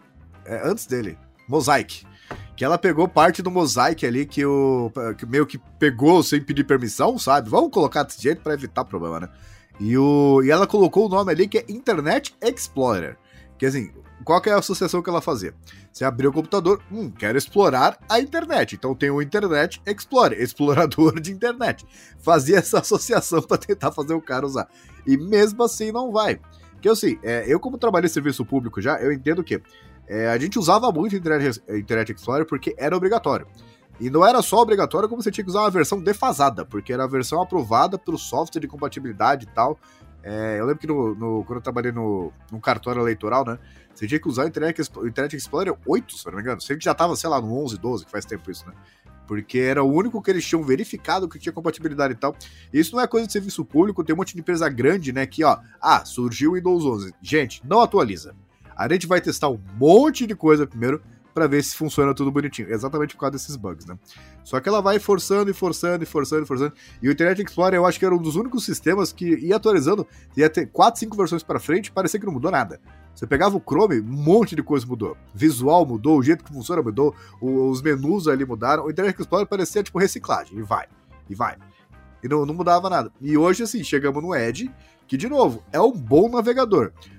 É, antes dele. Mosaic. Que ela pegou parte do Mosaic ali que o... Que meio que pegou sem pedir permissão, sabe? Vamos colocar desse jeito pra evitar problema, né? E, o... e ela colocou o nome ali que é Internet Explorer. Que assim... Qual que é a associação que ela fazia? Você abriu o computador, hum, quero explorar a internet. Então tem o Internet Explorer, explorador de internet. Fazia essa associação para tentar fazer o cara usar. E mesmo assim não vai. Porque assim, é, eu como trabalhei em serviço público já, eu entendo que é, a gente usava muito o Internet, Internet Explorer porque era obrigatório. E não era só obrigatório, como você tinha que usar uma versão defasada, porque era a versão aprovada pelo software de compatibilidade e tal. É, eu lembro que no, no, quando eu trabalhei no, no cartório eleitoral, né? Você tinha que usar o Internet, o Internet Explorer oito, se eu não me engano. Sempre já tava, sei lá, no onze, doze, que faz tempo isso, né? Porque era o único que eles tinham verificado que tinha compatibilidade e tal. E isso não é coisa de serviço público, tem um monte de empresa grande, né? Que, ó, ah, surgiu o Windows onze. Gente, não atualiza. A gente vai testar um monte de coisa primeiro pra ver se funciona tudo bonitinho. Exatamente por causa desses bugs, né? Só que ela vai forçando e forçando e forçando e forçando. E o Internet Explorer eu acho que era um dos únicos sistemas que ia atualizando, ia ter quatro, cinco versões pra frente e parecia que não mudou nada. Você pegava o Chrome, um monte de coisa mudou. Visual mudou, o jeito que funciona mudou, os menus ali mudaram. O Internet Explorer parecia tipo reciclagem, e vai, e vai. E não, não mudava nada. E hoje, assim, chegamos no Edge, que, de novo, é um bom navegador.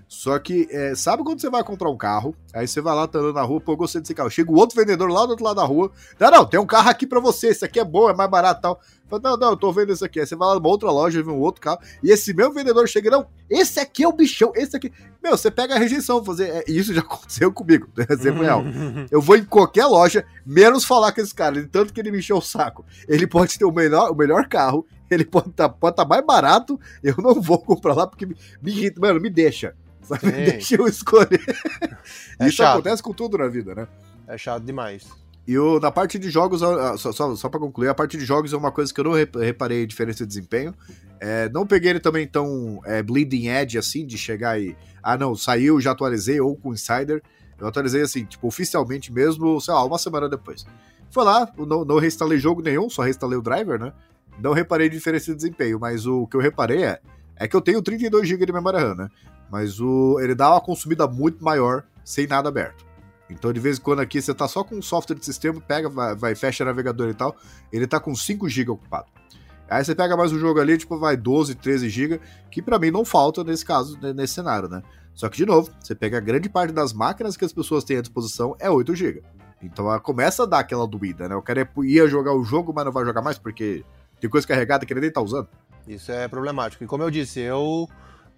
Só que, é, sabe quando você vai comprar um carro, aí você vai lá, tá andando na rua, pô, eu gostei desse carro. Chega o outro vendedor lá do outro lado da rua, não, não, tem um carro aqui pra você, esse aqui é bom, é mais barato e tal. Fala, não, não, eu tô vendo esse aqui. Aí você vai lá numa outra loja, vê um outro carro, e esse mesmo vendedor chega, não, esse aqui é o bichão, esse aqui... Meu, você pega a rejeição, fazer... É, isso já aconteceu comigo, é exemplo real. Eu vou em qualquer loja, menos falar com esse cara, de tanto que ele me encheu o saco. Ele pode ter o melhor, o melhor carro, ele pode estar tá, pode tá mais barato, eu não vou comprar lá porque me, me irrita, mano, me deixa. Sabe? Deixa eu escolher. É Isso chato. acontece com tudo na vida, né? É chato demais. E o, na parte de jogos, só, só, só pra concluir, a parte de jogos é uma coisa que eu não reparei diferença de desempenho. É, não peguei ele também tão é, bleeding edge assim, de chegar e... Ah, não, saiu, já atualizei, ou com Insider. Eu atualizei assim, tipo, oficialmente mesmo, sei lá, uma semana depois. Foi lá, não, não reinstalei jogo nenhum, só reinstalei o driver, né? Não reparei diferença de desempenho, mas o que eu reparei é, é que eu tenho trinta e dois gigas de memória RAM, né? Mas o, ele dá uma consumida muito maior sem nada aberto. Então, de vez em quando aqui, você tá só com um software de sistema, pega, vai, vai fecha o navegador e tal, ele tá com cinco gigas ocupado. Aí você pega mais um jogo ali, tipo, vai doze, treze gigas, que pra mim não falta nesse caso, nesse cenário, né? Só que, de novo, você pega a grande parte das máquinas que as pessoas têm à disposição, é oito gigas. Então, ela começa a dar aquela doída, né? O cara ia jogar o jogo, mas não vai jogar mais, porque tem coisa carregada que ele nem tá usando. Isso é problemático. E como eu disse, eu...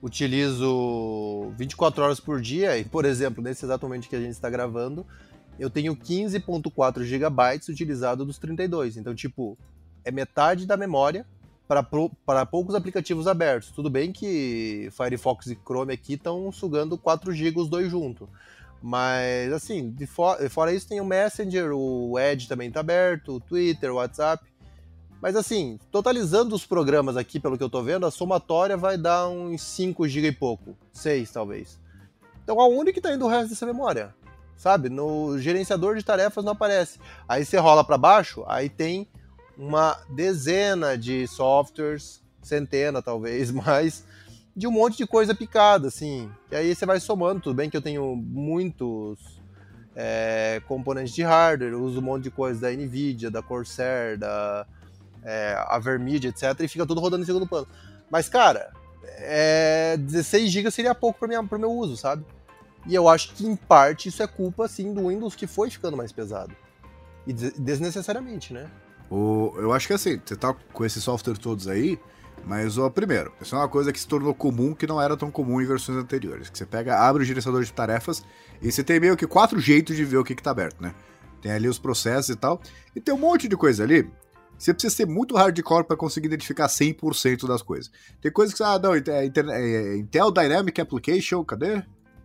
utilizo vinte e quatro horas por dia e, por exemplo, nesse exato momento que a gente está gravando, eu tenho quinze vírgula quatro gigabytes utilizado dos trinta e dois. Então, tipo, é metade da memória para para poucos aplicativos abertos. Tudo bem que Firefox e Chrome aqui estão sugando quatro gigas os dois juntos. Mas, assim, de for, fora isso tem o Messenger, o Edge também está aberto, o Twitter, o WhatsApp. Mas assim, totalizando os programas aqui, pelo que eu tô vendo, a somatória vai dar uns cinco gigas e pouco. seis, talvez. Então aonde que tá indo o resto dessa memória? Sabe? No gerenciador de tarefas não aparece. Aí você rola para baixo, aí tem uma dezena de softwares, centena talvez, mais, de um monte de coisa picada, assim. E aí você vai somando. Tudo bem que eu tenho muitos é, componentes de hardware, eu uso um monte de coisa da NVIDIA, da Corsair, da... É, a Vermedia, etcétera, e fica tudo rodando em segundo plano. Mas, cara, é, dezesseis gigas seria pouco para o meu uso, sabe? E eu acho que, em parte, isso é culpa, sim, do Windows que foi ficando mais pesado. E desnecessariamente, né? O, eu acho que assim, você tá com esses softwares todos aí, mas, ó, primeiro, isso é uma coisa que se tornou comum, que não era tão comum em versões anteriores. Que você pega, abre o gerenciador de tarefas, e você tem meio que quatro jeitos de ver o que que tá aberto, né? Tem ali os processos e tal, e tem um monte de coisa ali. Você precisa ser muito hardcore para conseguir identificar cem por cento das coisas. Tem coisas que, ah, não, é, é, Intel Dynamic Application, cadê?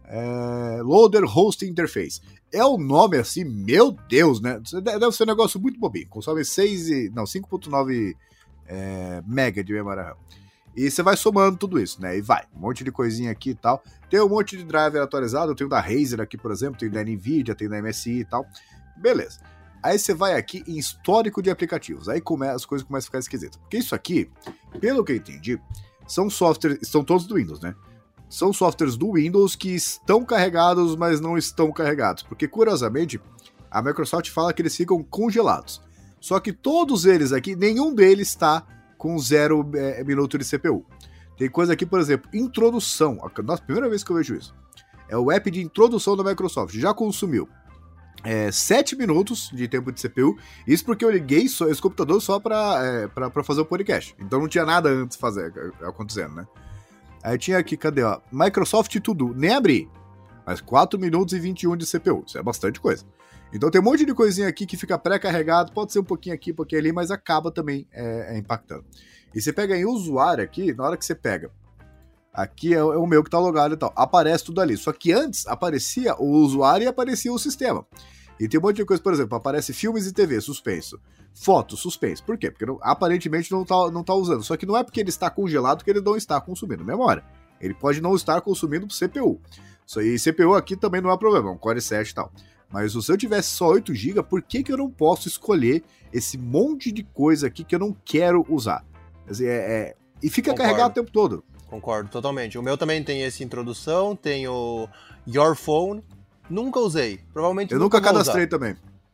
É, Loader Host Interface. É o nome assim, meu Deus, né? Deve ser um negócio muito bobinho. Consome seis e, não, cinco ponto nove é, mega de memória RAM. E você vai somando tudo isso, né? E vai, um monte de coisinha aqui e tal. Tem um monte de driver atualizado. Eu tenho da Razer aqui, por exemplo. Tenho da NVIDIA, tenho da M S I e tal. Beleza. Aí você vai aqui em histórico de aplicativos. Aí come, as coisas começam a ficar esquisitas. Porque isso aqui, pelo que eu entendi, são softwares... São todos do Windows, né? São softwares do Windows que estão carregados, mas não estão carregados. Porque, curiosamente, a Microsoft fala que eles ficam congelados. Só que todos eles aqui, nenhum deles está com zero é, minuto de C P U. Tem coisa aqui, por exemplo, introdução. Nossa, primeira vez que eu vejo isso. É o app de introdução da Microsoft. Já consumiu É, sete minutos de tempo de C P U, isso porque eu liguei só, esse computador só pra, é, pra, pra fazer o podcast, então não tinha nada antes fazer, acontecendo, né? Aí tinha aqui, cadê, ó, Microsoft Tudo, nem abri, mas quatro minutos e vinte e um de C P U, isso é bastante coisa. Então tem um monte de coisinha aqui que fica pré-carregado, pode ser um pouquinho aqui, um pouquinho ali, mas acaba também é, é impactando. E você pega em usuário aqui, na hora que você pega, aqui é, é o meu que tá logado e tal, aparece tudo ali, só que antes aparecia o usuário e aparecia o sistema. E tem um monte de coisa, por exemplo, aparece filmes e T V, suspenso. Fotos, suspenso. Por quê? Porque não, aparentemente não tá, não tá usando. Só que não é porque ele está congelado que ele não está consumindo memória. Ele pode não estar consumindo C P U. Isso aí, C P U aqui também não é problema, é um Core sete e tal. Mas se eu tivesse só oito gigas, por que que eu não posso escolher esse monte de coisa aqui que eu não quero usar? Quer dizer, é, é... E fica Concordo. carregado o tempo todo. Concordo, totalmente. O meu também tem essa introdução, tem o Your Phone. Nunca usei. Provavelmente Eu nunca nunca cadastrei usar. também.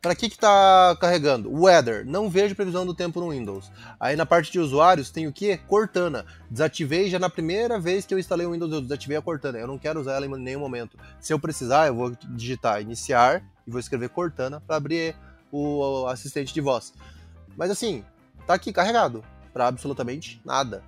Para que que tá carregando? Weather, não vejo previsão do tempo no Windows. Aí na parte de usuários tem o que? Cortana. Desativei já na primeira vez que eu instalei o Windows, eu desativei a Cortana. Eu não quero usar ela em nenhum momento. Se eu precisar, eu vou digitar iniciar e vou escrever Cortana para abrir o assistente de voz. Mas assim, tá aqui carregado para absolutamente nada.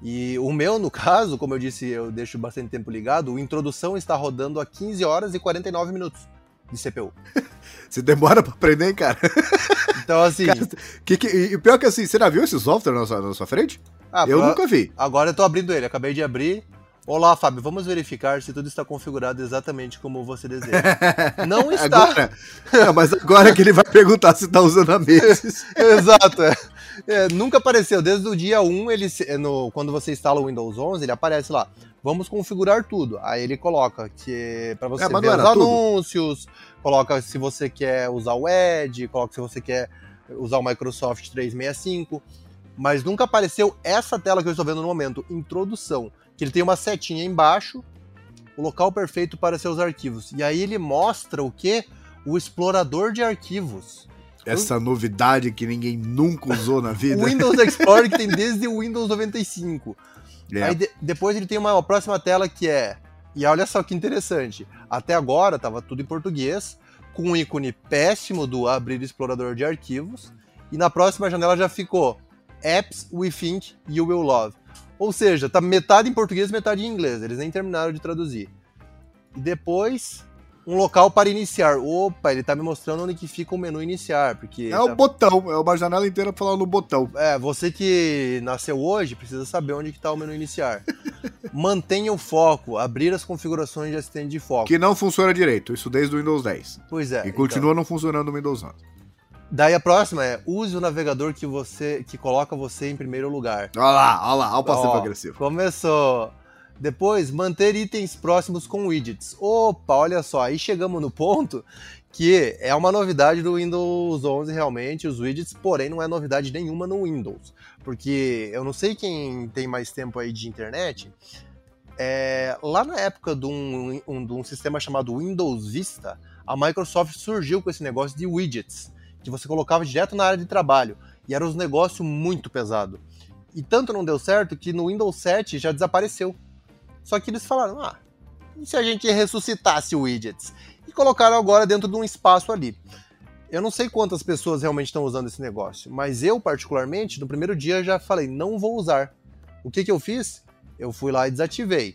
E o meu, no caso, como eu disse, eu deixo bastante tempo ligado, o introdução está rodando a quinze horas e quarenta e nove minutos de C P U. Você demora pra aprender, hein, cara? Então, assim... Cara, que, que, e o pior é que, assim, você já viu esse software na sua, na sua frente? Ah, eu pra... nunca vi. Agora eu tô abrindo ele, acabei de abrir. Olá, Fábio, vamos verificar se tudo está configurado exatamente como você deseja. Não está. Agora, não, mas agora que ele vai perguntar se tá usando a Meses. Exato, é. É, nunca apareceu. Desde o dia um, ele, no, quando você instala o Windows onze, ele aparece lá. Vamos configurar tudo. Aí ele coloca que para você é, ver os anúncios, tudo. Coloca se você quer usar o Edge, coloca se você quer usar o Microsoft trezentos e sessenta e cinco. Mas nunca apareceu essa tela que eu estou vendo no momento, introdução. Que ele tem uma setinha embaixo, o local perfeito para seus arquivos. E aí ele mostra o quê? O explorador de arquivos. Essa novidade que ninguém nunca usou na vida. O Windows Explorer que tem desde o Windows noventa e cinco. É. Aí de, depois ele tem uma, uma próxima tela que é... E olha só que interessante. Até agora estava tudo em português, com um ícone péssimo do abrir explorador de arquivos. E na próxima janela já ficou Apps we think you will love. Ou seja, tá metade em português, metade em inglês. Eles nem terminaram de traduzir. E depois... um local para iniciar. Opa, ele tá me mostrando onde que fica o menu iniciar, porque... É tá... o botão, é uma janela inteira pra falar no botão. É, você que nasceu hoje precisa saber onde que tá o menu iniciar. Mantenha o foco, abrir as configurações de assistente de foco. Que não funciona direito, isso desde o Windows dez. Pois é. E continua então... não funcionando no Windows onze. Daí a próxima é, use o navegador que, você, que coloca você em primeiro lugar. Olha lá, olha lá, olha o passivo agressivo. Começou... Depois, manter itens próximos com widgets. Opa, olha só, aí chegamos no ponto que é uma novidade do Windows onze realmente, os widgets, porém não é novidade nenhuma no Windows. Porque eu não sei quem tem mais tempo aí de internet, é, lá na época de um, um, de um sistema chamado Windows Vista, a Microsoft surgiu com esse negócio de widgets, que você colocava direto na área de trabalho, e era um negócio muito pesado. E tanto não deu certo que no Windows sete já desapareceu. Só que eles falaram, ah, e se a gente ressuscitasse o widgets? E colocaram agora dentro de um espaço ali. Eu não sei quantas pessoas realmente estão usando esse negócio, mas eu, particularmente, no primeiro dia já falei, não vou usar. O que que eu fiz? Eu fui lá e desativei.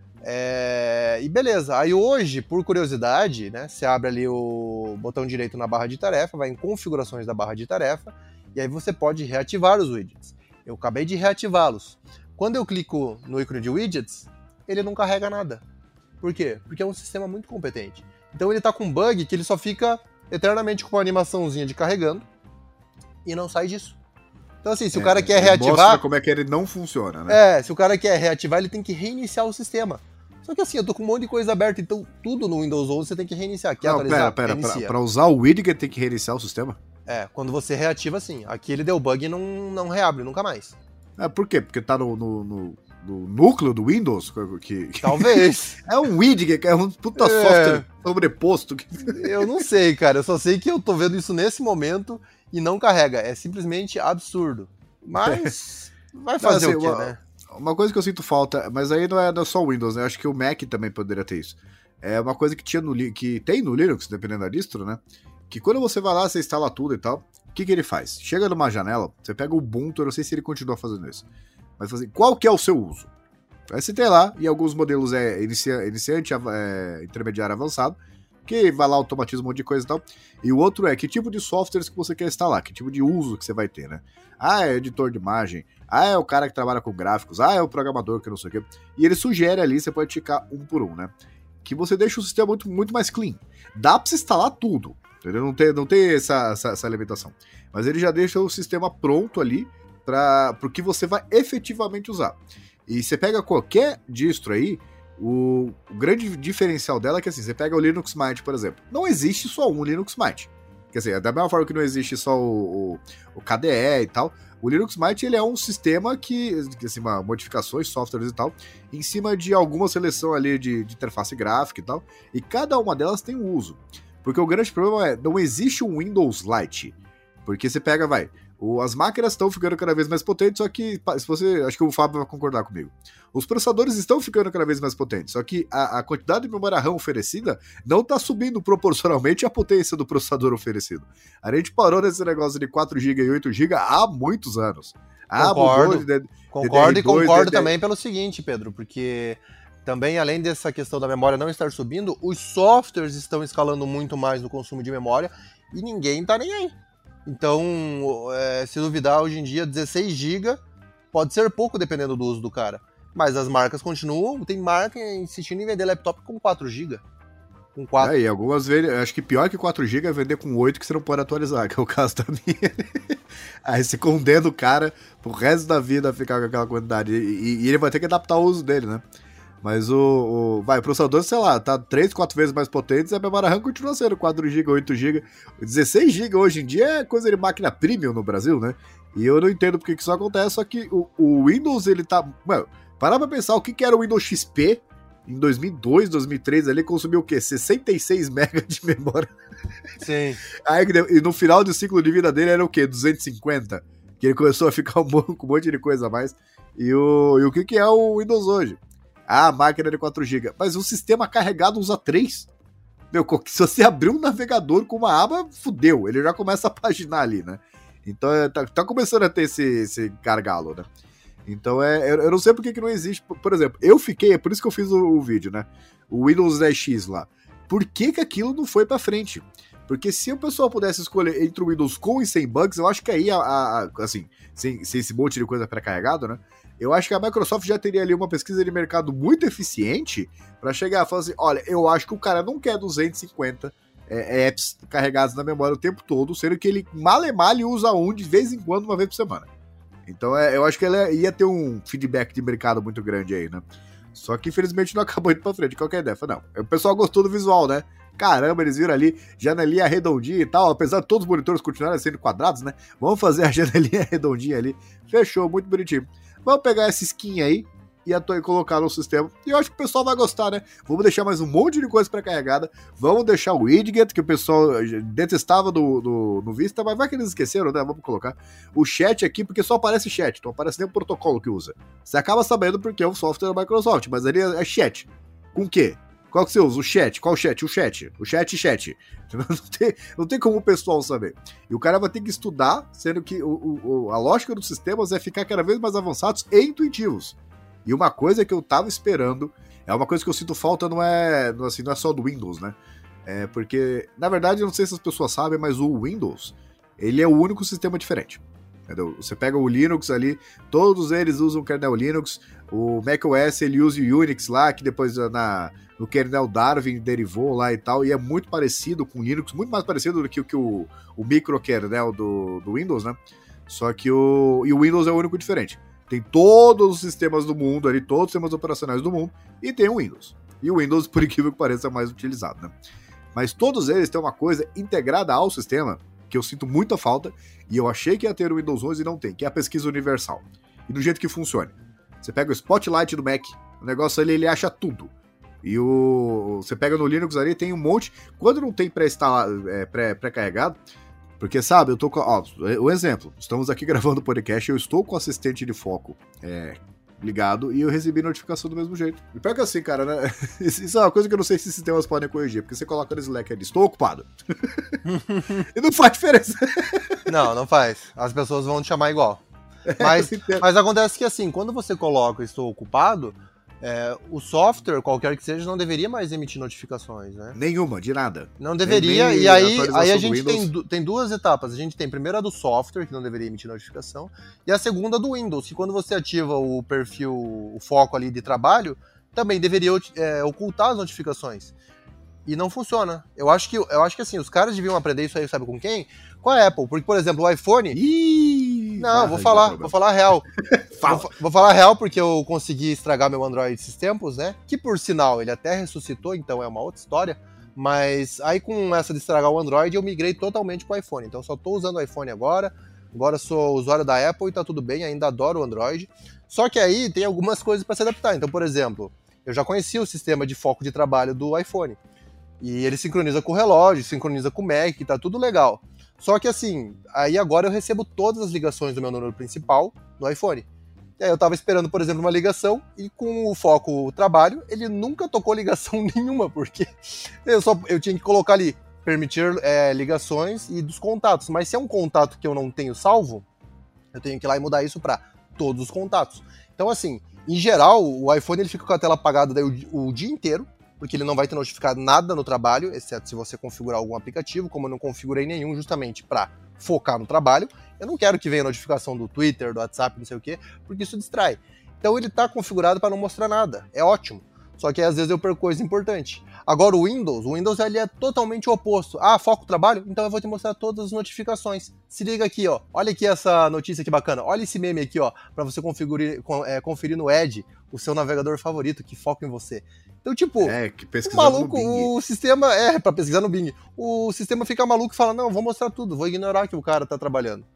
É... E beleza, aí hoje, por curiosidade, né, você abre ali o botão direito na barra de tarefa, vai em configurações da barra de tarefa, e aí você pode reativar os widgets. Eu acabei de reativá-los. Quando eu clico no ícone de widgets, ele não carrega nada. Por quê? Porque é um sistema muito competente. Então ele tá com um bug que ele só fica eternamente com uma animaçãozinha de carregando e não sai disso. Então assim, se é, o cara quer reativar... Mostra como é que ele não funciona, né? É, se o cara quer reativar, ele tem que reiniciar o sistema. Só que assim, eu tô com um monte de coisa aberta, então tudo no Windows onze você tem que reiniciar. Quer não, atualizar? Pera, pera, pra, pra usar o widget tem que reiniciar o sistema? É, quando você reativa, sim. Aqui ele deu bug e não, não reabre nunca mais. É, por quê? Porque tá no... no, no... do núcleo do Windows? Que, que... Talvez. É um widget, é um puta é... software sobreposto. Eu não sei, cara. Eu só sei que eu tô vendo isso nesse momento e não carrega. É simplesmente absurdo. Mas vai fazer não, assim, o quê, uma, né? Uma coisa que eu sinto falta, mas aí não é, não é só o Windows, né? Eu acho que o Mac também poderia ter isso. É uma coisa que, tinha no, que tem no Linux, dependendo da distro, né? Que quando você vai lá, você instala tudo e tal, o que, que ele faz? Chega numa janela, você pega o Ubuntu, eu não sei se ele continua fazendo isso. Mas assim, qual que é o seu uso? Aí você tem lá, e alguns modelos é inicia, iniciante, é, intermediário, avançado, que vai lá, automatiza um monte de coisa e tal. E o outro é que tipo de softwares que você quer instalar, que tipo de uso que você vai ter, né? Ah, é editor de imagem, ah, é o cara que trabalha com gráficos, ah, é o programador que não sei o quê. E ele sugere ali, você pode ticar um por um, né? Que você deixa o sistema muito, muito mais clean. Dá pra você instalar tudo, entendeu? Não tem, não tem essa, essa, essa limitação. Mas ele já deixa o sistema pronto ali para o que você vai efetivamente usar. E você pega qualquer distro aí, o, o grande diferencial dela é que assim, você pega o Linux Mint, por exemplo. Não existe só um Linux Mint. Quer dizer, da mesma forma que não existe só o, o, o K D E e tal, o Linux Mint ele é um sistema que, assim, uma, modificações, softwares e tal, em cima de alguma seleção ali de, de interface gráfica e tal, e cada uma delas tem um uso. Porque o grande problema é, não existe um Windows Lite. Porque você pega, vai, o, as máquinas estão ficando cada vez mais potentes, só que, se você, acho que o Fábio vai concordar comigo, os processadores estão ficando cada vez mais potentes, só que a, a quantidade de memória RAM oferecida não está subindo proporcionalmente à potência do processador oferecido. A gente parou nesse negócio de quatro gigas e oito gigas há muitos anos. Ah, concordo, mudou de, de, concordo de e concordo de, também pelo seguinte, Pedro, porque também, além dessa questão da memória não estar subindo, os softwares estão escalando muito mais no consumo de memória e ninguém tá nem aí. Então, é, se duvidar, hoje em dia, dezesseis gigas pode ser pouco dependendo do uso do cara. Mas as marcas continuam, tem marca insistindo em vender laptop com quatro gigas. Com quatro. É, e algumas vezes, acho que pior que quatro gigas é vender com oito que você não pode atualizar, que é o caso da minha. Aí você condena o cara pro resto da vida a ficar com aquela quantidade. E, e ele vai ter que adaptar o uso dele, né? Mas o, o, vai, o processador, sei lá, tá três, quatro vezes mais potente e a memória RAM continua sendo quatro gigas, oito gigas. dezesseis gigas hoje em dia é coisa de máquina premium no Brasil, né? E eu não entendo porque que isso acontece, só que o, o Windows, ele tá... Mano, parar pra pensar o que, que era o Windows X P em dois mil e dois, dois mil e três, ali consumiu o quê? sessenta e seis megas de memória. Sim. Aí, e no final do ciclo de vida dele era o quê? duzentos e cinquenta? Que ele começou a ficar um, com um monte de coisa a mais. E o, e o que, que é o Windows hoje? Ah, a máquina de quatro gigas. Mas o sistema carregado usa três. Meu, se você abrir um navegador com uma aba, fudeu. Ele já começa a paginar ali, né? Então, tá, tá começando a ter esse, esse gargalo, né? Então, é, eu não sei por que, que não existe. Por, por exemplo, eu fiquei, é por isso que eu fiz o, o vídeo, né? O Windows dez X lá. Por que que aquilo não foi pra frente? Porque se o pessoal pudesse escolher entre o Windows com e sem bugs, eu acho que aí, a, a, assim, sem, sem esse monte de coisa pré-carregado, né? Eu acho que a Microsoft já teria ali uma pesquisa de mercado muito eficiente para chegar e falar assim, olha, eu acho que o cara não quer duzentos e cinquenta é, apps carregados na memória o tempo todo, sendo que ele mal e mal usa um de vez em quando, uma vez por semana. Então é, eu acho que ele ia ter um feedback de mercado muito grande aí, né? Só que infelizmente não acabou indo pra frente, qualquer ideia. Não, o pessoal gostou do visual, né? Caramba, eles viram ali, janelinha redondinha e tal, apesar de todos os monitores continuarem sendo quadrados, né? Vamos fazer a janelinha redondinha ali. Fechou, muito bonitinho. Vamos pegar essa skin aí e, e colocar no sistema. E eu acho que o pessoal vai gostar, né? Vamos deixar mais um monte de coisa pré-carregada. Vamos deixar o widget, que o pessoal detestava do, do, no Vista, mas vai que eles esqueceram, né? Vamos colocar o chat aqui, porque só aparece chat, não aparece nem o protocolo que usa. Você acaba sabendo porque é um software da Microsoft, mas ali é chat. Com o quê? Qual que você usa? O chat. Qual chat? O chat. O chat e chat. Não tem, não tem como o pessoal saber. E o cara vai ter que estudar, sendo que o, o, a lógica dos sistemas é ficar cada vez mais avançados e intuitivos. E uma coisa que eu tava esperando, é uma coisa que eu sinto falta, não é, assim, não é só do Windows, né? É porque, na verdade, eu não sei se as pessoas sabem, mas o Windows, ele é o único sistema diferente. Entendeu? Você pega o Linux ali, todos eles usam o kernel Linux, o macOS ele usa o Unix lá, que depois na, no kernel Darwin derivou lá e tal, e é muito parecido com o Linux, muito mais parecido do que, que o, o microkernel do, do Windows, né? Só que o, e o Windows é o único diferente. Tem todos os sistemas do mundo ali, todos os sistemas operacionais do mundo, e tem o Windows. E o Windows, por incrível que pareça, é mais utilizado, né? Mas todos eles têm uma coisa integrada ao sistema, que eu sinto muita falta, e eu achei que ia ter o Windows onze e não tem, que é a pesquisa universal. E do jeito que funcione. Você pega o Spotlight do Mac, o negócio ali, ele acha tudo. E o você pega no Linux ali, tem um monte... Quando não tem pré-instalado, é, pré, pré-carregado, porque, sabe, eu tô com... Ó, o exemplo, estamos aqui gravando o podcast, eu estou com o assistente de foco é, ligado e eu recebi notificação do mesmo jeito. E pior que assim, cara, né? Isso é uma coisa que eu não sei se sistemas podem corrigir, porque você coloca no Slack ali, estou ocupado. E não faz diferença. Não, não faz. As pessoas vão te chamar igual. Mas, mas acontece que assim, quando você coloca estou ocupado, é, o software, qualquer que seja, não deveria mais emitir notificações, né? Nenhuma, de nada. Não deveria, nem, nem e aí, aí a gente tem, tem duas etapas. A gente tem primeiro a do software, que não deveria emitir notificação, e a segunda do Windows, que quando você ativa o perfil, o foco ali de trabalho, também deveria é, ocultar as notificações. E não funciona. Eu acho que, eu acho que assim, os caras deviam aprender isso aí, sabe com quem? Com a Apple. Porque, por exemplo, o iPhone... Ih, não, vou falar, vou falar real. Fala. Vou, vou falar real porque eu consegui estragar meu Android esses tempos, né? Que, por sinal, ele até ressuscitou, então é uma outra história. Mas aí, com essa de estragar o Android, eu migrei totalmente pro iPhone. Então, só tô usando o iPhone agora. Agora sou usuário da Apple e tá tudo bem, ainda adoro o Android. Só que aí tem algumas coisas para se adaptar. Então, por exemplo, eu já conhecia o sistema de foco de trabalho do iPhone. E ele sincroniza com o relógio, sincroniza com o Mac, tá tudo legal. Só que assim, aí agora eu recebo todas as ligações do meu número principal no iPhone. E aí eu tava esperando, por exemplo, uma ligação e com o foco trabalho, ele nunca tocou ligação nenhuma, porque eu, só, eu tinha que colocar ali, permitir é, ligações e dos contatos. Mas se é um contato que eu não tenho salvo, eu tenho que ir lá e mudar isso para todos os contatos. Então assim, em geral, o iPhone ele fica com a tela apagada daí o, o dia inteiro, porque ele não vai ter notificado nada no trabalho, exceto se você configurar algum aplicativo, como eu não configurei nenhum justamente para focar no trabalho. Eu não quero que venha notificação do Twitter, do WhatsApp, não sei o quê, porque isso distrai. Então ele está configurado para não mostrar nada, é ótimo. Só que às vezes eu perco coisa importante. Agora o Windows, o Windows ele é totalmente o oposto. Ah, foco trabalho? Então eu vou te mostrar todas as notificações. Se liga aqui, ó. Olha aqui essa notícia que bacana. Olha esse meme aqui, ó, para você conferir, é, conferir no Edge o seu navegador favorito que foca em você. Então, tipo, é, que o maluco, o sistema, é, pra pesquisar no Bing, o sistema fica maluco e fala, não, vou mostrar tudo, vou ignorar que o cara tá trabalhando.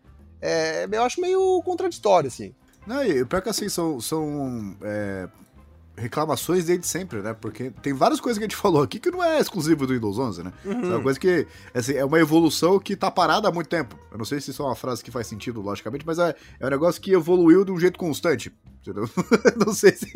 É, eu acho meio contraditório, assim. Não, e pior que assim, são, são é, reclamações desde sempre, né? Porque tem várias coisas que a gente falou aqui que não é exclusivo do Windows onze, né? Uhum. É uma coisa que, assim, é uma evolução que tá parada há muito tempo. Eu não sei se isso é uma frase que faz sentido, logicamente, mas é, é um negócio que evoluiu de um jeito constante, entendeu? Não sei se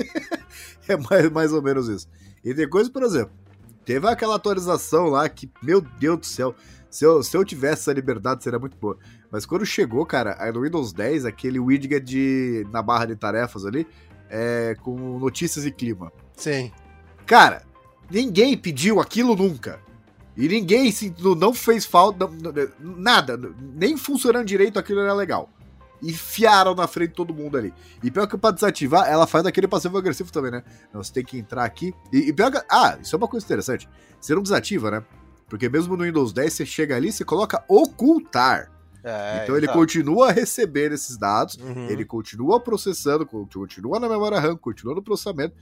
é mais, mais ou menos isso. E tem coisa, por exemplo, teve aquela atualização lá que, meu Deus do céu, se eu, se eu tivesse essa liberdade seria muito boa. Mas quando chegou, cara, aí no Windows dez, aquele widget de, na barra de tarefas ali, é, com notícias e clima. Sim. Cara, ninguém pediu aquilo nunca. E ninguém se, não fez falta, nada, nem funcionando direito aquilo era legal. Enfiaram na frente de todo mundo ali. E pior que pra desativar, ela faz daquele passivo agressivo também, né? Você tem que entrar aqui. E, e pior que. Ah, isso é uma coisa interessante. Você não desativa, né? Porque mesmo no Windows dez, você chega ali, você coloca ocultar. É, então ele tá. Continua recebendo esses dados, uhum. Ele continua processando, continua na memória RAM, continua no processamento.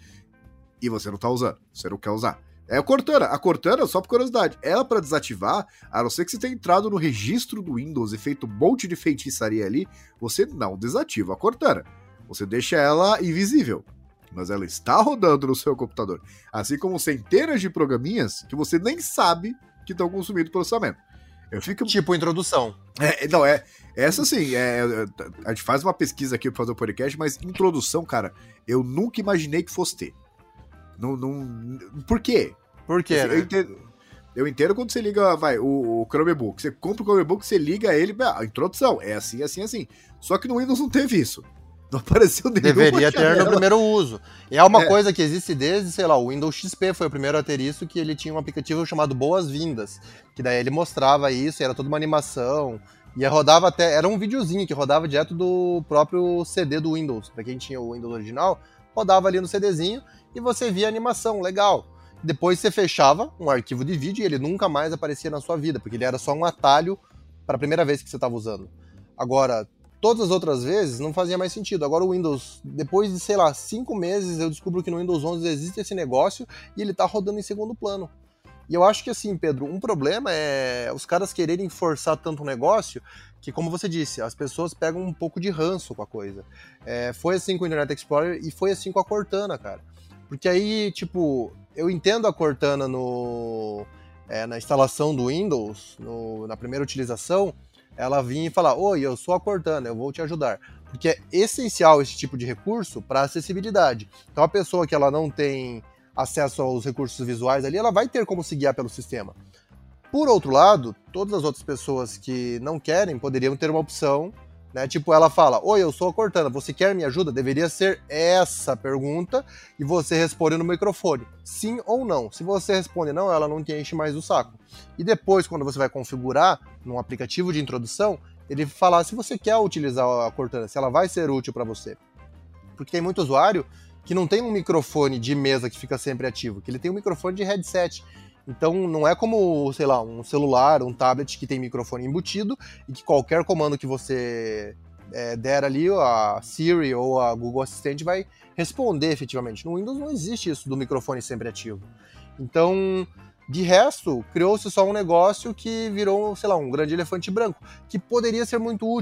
E você não tá usando. Você não quer usar. É a Cortana. A Cortana, só por curiosidade, ela pra desativar, a não ser que você tenha entrado no registro do Windows e feito um monte de feitiçaria ali, você não desativa a Cortana. Você deixa ela invisível. Mas ela está rodando no seu computador. Assim como centenas de programinhas que você nem sabe que estão consumindo processamento. Eu fico... Tipo introdução. É, não, é. Essa sim, é, a gente faz uma pesquisa aqui pra fazer o podcast, mas introdução, cara, eu nunca imaginei que fosse ter. Não, não... Por quê? Por quê, assim, né? eu, entendo, eu entendo quando você liga, vai, o, o Chromebook. Você compra o Chromebook, você liga ele, a introdução, é assim, assim, assim. Só que no Windows não teve isso. Não apareceu nenhuma Deveria janela. ter no primeiro uso. E é uma é. coisa que existe desde, sei lá, o Windows X P foi o primeiro a ter isso, que ele tinha um aplicativo chamado Boas-Vindas, que daí ele mostrava isso, era toda uma animação, e rodava até, era um videozinho que rodava direto do próprio C D do Windows. Pra quem tinha o Windows original, rodava ali no CDzinho e você via a animação, legal. Depois você fechava um arquivo de vídeo e ele nunca mais aparecia na sua vida, porque ele era só um atalho para a primeira vez que você estava usando. Agora, todas as outras vezes não fazia mais sentido. Agora o Windows, depois de, sei lá, cinco meses, eu descubro que no Windows onze existe esse negócio e ele tá rodando em segundo plano. E eu acho que assim, Pedro, um problema é os caras quererem forçar tanto um negócio que, como você disse, as pessoas pegam um pouco de ranço com a coisa. É, foi assim com o Internet Explorer e foi assim com a Cortana, cara. Porque aí, tipo, eu entendo a Cortana no, é, na instalação do Windows, no, na primeira utilização, ela vinha e falar, oi, eu sou a Cortana, eu vou te ajudar. Porque é essencial esse tipo de recurso para acessibilidade. Então a pessoa que ela não tem acesso aos recursos visuais ali, ela vai ter como se guiar pelo sistema. Por outro lado, todas as outras pessoas que não querem poderiam ter uma opção, né? Tipo, ela fala, oi, eu sou a Cortana, você quer me ajuda? Deveria ser essa pergunta e você responde no microfone, sim ou não. Se você responde não, ela não te enche mais o saco. E depois, quando você vai configurar num aplicativo de introdução, ele falar se você quer utilizar a Cortana, se ela vai ser útil para você. Porque tem muito usuário que não tem um microfone de mesa que fica sempre ativo, que ele tem um microfone de headset. Então não é como, sei lá, um celular, um tablet que tem microfone embutido e que qualquer comando que você é, der ali, a Siri ou a Google Assistente vai responder efetivamente. No Windows não existe isso do microfone sempre ativo. Então, de resto, criou-se só um negócio que virou, sei lá, um grande elefante branco, que poderia ser muito útil.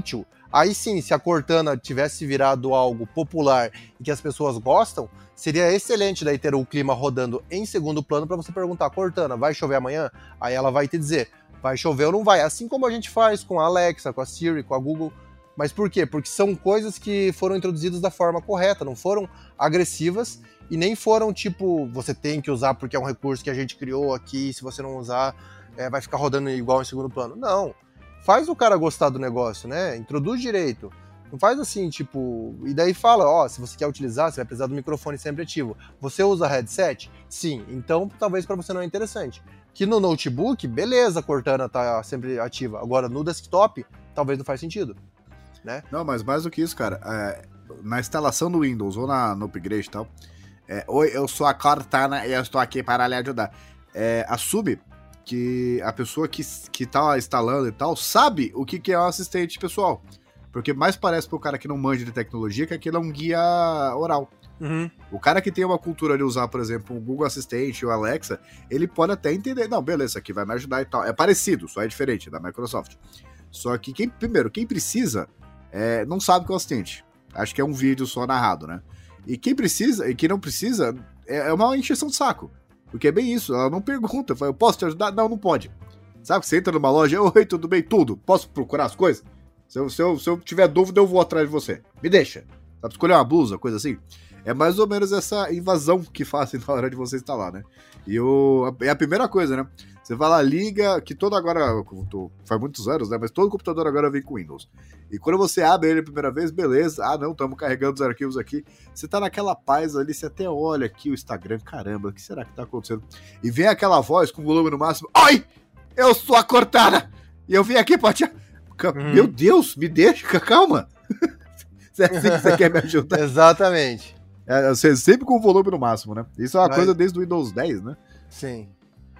Aí sim, se a Cortana tivesse virado algo popular e que as pessoas gostam, seria excelente daí ter o clima rodando em segundo plano para você perguntar, Cortana, vai chover amanhã? Aí ela vai te dizer, vai chover ou não vai? Assim como a gente faz com a Alexa, com a Siri, com a Google. Mas por quê? Porque são coisas que foram introduzidas da forma correta, não foram agressivas e nem foram tipo, você tem que usar porque é um recurso que a gente criou aqui, se você não usar, é, vai ficar rodando igual em segundo plano. Não. Faz o cara gostar do negócio, né? Introduz direito. Não faz assim, tipo... E daí fala, ó, se você quer utilizar, você vai precisar do microfone sempre ativo. Você usa headset? Sim. Então, talvez para você não é interessante. Que no notebook, beleza, a Cortana tá sempre ativa. Agora, no desktop, talvez não faz sentido, né? Não, mas mais do que isso, cara. É, na instalação do Windows ou na, no upgrade e tal... É, Oi, eu sou a Cortana e eu estou aqui para lhe ajudar. É, assume... que a pessoa que, que tá instalando e tal sabe o que, que é um assistente pessoal. Porque mais parece pro cara que não manja de tecnologia que aquilo é um guia oral. Uhum. O cara que tem uma cultura de usar, por exemplo, o Google Assistente ou o Alexa, ele pode até entender, não, beleza, isso aqui vai me ajudar e tal. É parecido, só é diferente da Microsoft. Só que, quem, primeiro, quem precisa é, não sabe o que é o assistente. Acho que é um vídeo só narrado, né? E quem precisa, e quem não precisa, é, é uma encheção de saco. Porque é bem isso, ela não pergunta, fala, eu posso te ajudar? Não, não pode. Sabe, você entra numa loja, oi, tudo bem? Tudo. Posso procurar as coisas? Se eu, se eu, se eu tiver dúvida, eu vou atrás de você. Me deixa. Sabe, escolher uma blusa, coisa assim. É mais ou menos essa invasão que fazem na hora de você instalar, né? E o, é a primeira coisa, né? Você vai lá, liga, que todo agora, tô, faz muitos anos, né? Mas todo computador agora vem com Windows. E quando você abre ele a primeira vez, beleza. Ah, não, estamos carregando os arquivos aqui. Você tá naquela paz ali, você até olha aqui o Instagram, caramba, o que será que tá acontecendo? E vem aquela voz com volume no máximo. Oi! Eu sou a Cortana! E eu vim aqui pra te... Uhum. Meu Deus, me deixa, calma! É assim que você quer me ajudar? Exatamente. É, sempre com o volume no máximo, né? Isso é uma mas... coisa desde o Windows dez, né? Sim.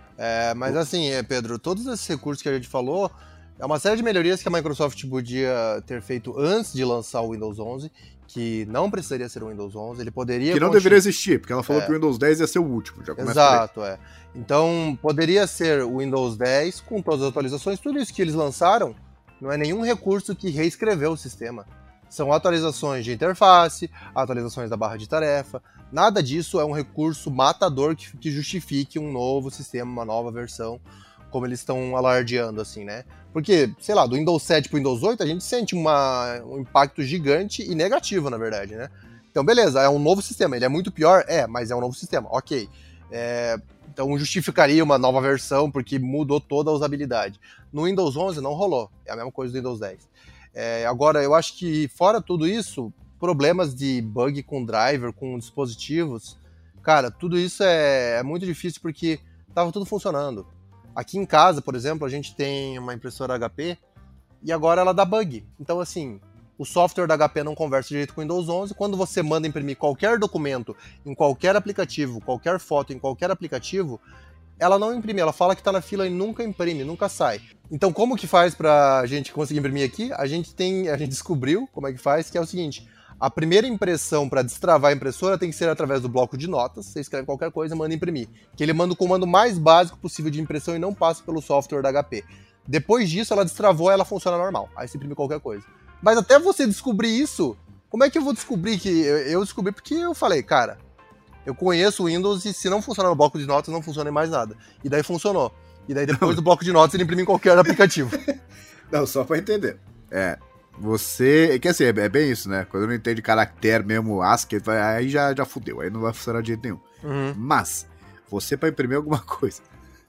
É, mas assim, Pedro, todos esses recursos que a gente falou, é uma série de melhorias que a Microsoft podia ter feito antes de lançar o Windows onze, que não precisaria ser o Windows onze, ele poderia... Que não continuar... deveria existir, porque ela falou é. que o Windows dez ia ser o último, já começa. Exato, é. Então, poderia ser o Windows dez, com todas as atualizações, tudo isso que eles lançaram, não é nenhum recurso que reescreveu o sistema. São atualizações de interface, atualizações da barra de tarefa. Nada disso é um recurso matador que, que justifique um novo sistema, uma nova versão, como eles estão alardeando, assim, né? Porque, sei lá, do Windows sete para o Windows oito, a gente sente uma, um impacto gigante e negativo, na verdade, né? Então, beleza, é um novo sistema. Ele é muito pior? É, mas é um novo sistema, ok. É, então, justificaria uma nova versão, porque mudou toda a usabilidade. No Windows onze não rolou. É a mesma coisa do Windows dez. É, agora, eu acho que, fora tudo isso, problemas de bug com driver, com dispositivos, cara, tudo isso é, é muito difícil porque tava tudo funcionando. Aqui em casa, por exemplo, a gente tem uma impressora H P e agora ela dá bug. Então, assim, o software da H P não conversa direito com o Windows onze. Quando você manda imprimir qualquer documento em qualquer aplicativo, qualquer foto em qualquer aplicativo, ela não imprime, ela fala que tá na fila e nunca imprime, nunca sai. Então, como que faz pra gente conseguir imprimir aqui? A gente tem, a gente descobriu como é que faz, que é o seguinte: a primeira impressão para destravar a impressora tem que ser através do bloco de notas. Você escreve qualquer coisa e manda imprimir. Que ele manda o comando mais básico possível de impressão e não passa pelo software da H P. Depois disso, ela destravou e ela funciona normal. Aí você imprime qualquer coisa. Mas até você descobrir isso, como é que eu vou descobrir que... Eu descobri porque eu falei, cara, eu conheço o Windows e se não funcionar no bloco de notas, não funciona em mais nada. E daí funcionou. E daí depois do bloco de notas, ele imprime em qualquer aplicativo. Não, só pra entender. É... Você... Que assim, é bem isso, né? Quando eu não entendo caractere mesmo, ASCII, aí já, já fudeu. Aí não vai funcionar de jeito nenhum. Uhum. Mas, você pra imprimir alguma coisa,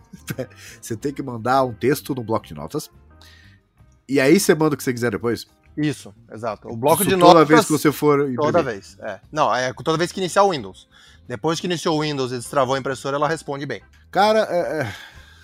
você tem que mandar um texto no bloco de notas. E aí você manda o que você quiser depois? Isso, exato. O bloco isso de toda notas... Toda vez que você for imprimir. Toda vez, é. Não, é toda vez que iniciar o Windows. Depois que iniciou o Windows e destravou a impressora, ela responde bem. Cara, é... é...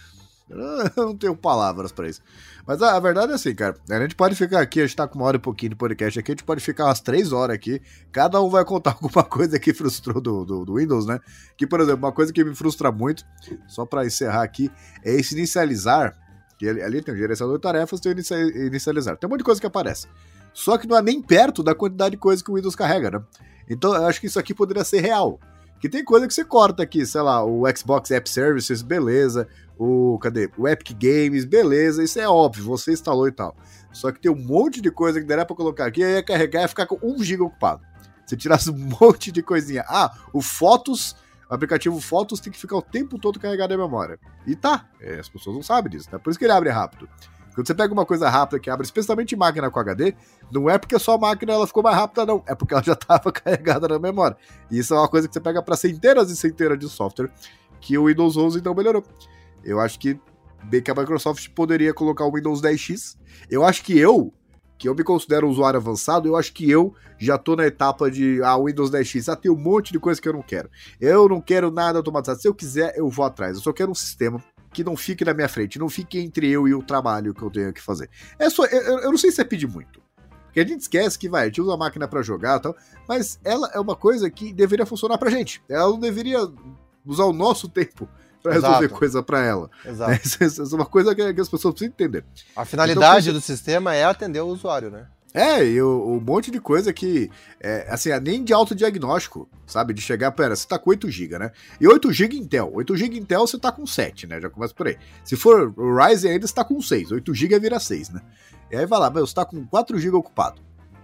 eu não tenho palavras pra isso. Mas a, a verdade é assim, cara, a gente pode ficar aqui, a gente tá com uma hora e pouquinho de podcast aqui, a gente pode ficar umas três horas aqui, cada um vai contar alguma coisa que frustrou do, do, do Windows, né? Que, por exemplo, uma coisa que me frustra muito, só pra encerrar aqui, é esse inicializar, que ali, ali tem o gerenciador de tarefas, tem o inicializar, tem um monte de coisa que aparece. Só que não é nem perto da quantidade de coisa que o Windows carrega, né? Então eu acho que isso aqui poderia ser real. Que tem coisa que você corta aqui, sei lá, o Xbox App Services, beleza, o, cadê? O Epic Games, beleza, isso é óbvio, você instalou e tal. Só que tem um monte de coisa que daria pra colocar aqui, aí ia carregar e ia ficar com um giga ocupado. Se tirasse um monte de coisinha. Ah, o Fotos, o aplicativo Fotos tem que ficar o tempo todo carregado em memória. E tá, é, as pessoas não sabem disso, né? Por isso que ele abre rápido. Quando você pega uma coisa rápida que abre, especialmente máquina com H D, não é porque só a máquina ela ficou mais rápida, não. É porque ela já estava carregada na memória. E isso é uma coisa que você pega para centenas e centenas de software que o Windows onze então melhorou. Eu acho que bem que a Microsoft poderia colocar o Windows dez X. Eu acho que eu, que eu me considero um usuário avançado, eu acho que eu já tô na etapa de, ah, o Windows dez X, ah, tem um monte de coisa que eu não quero. Eu não quero nada automatizado. Se eu quiser, eu vou atrás. Eu só quero um sistema que não fique na minha frente, não fique entre eu e o trabalho que eu tenho que fazer. É só, eu, eu não sei se é pedir muito. Porque a gente esquece que, vai, a gente usa a máquina pra jogar e tal, mas ela é uma coisa que deveria funcionar pra gente. Ela não deveria usar o nosso tempo pra resolver Exato. coisa pra ela. Exato. Essa é uma coisa que, que as pessoas precisam entender. A finalidade então, do sistema é atender o usuário, né? É, e um monte de coisa que, é, assim, nem de autodiagnóstico, sabe? De chegar, pera, você tá com oito gigas, né? E oito gigas Intel. oito gigas Intel você tá com sete, né? Já começa por aí. Se for o Ryzen ainda, você tá com seis. oito gigas vira seis, né? E aí vai lá, meu, você tá com quatro gigas ocupado.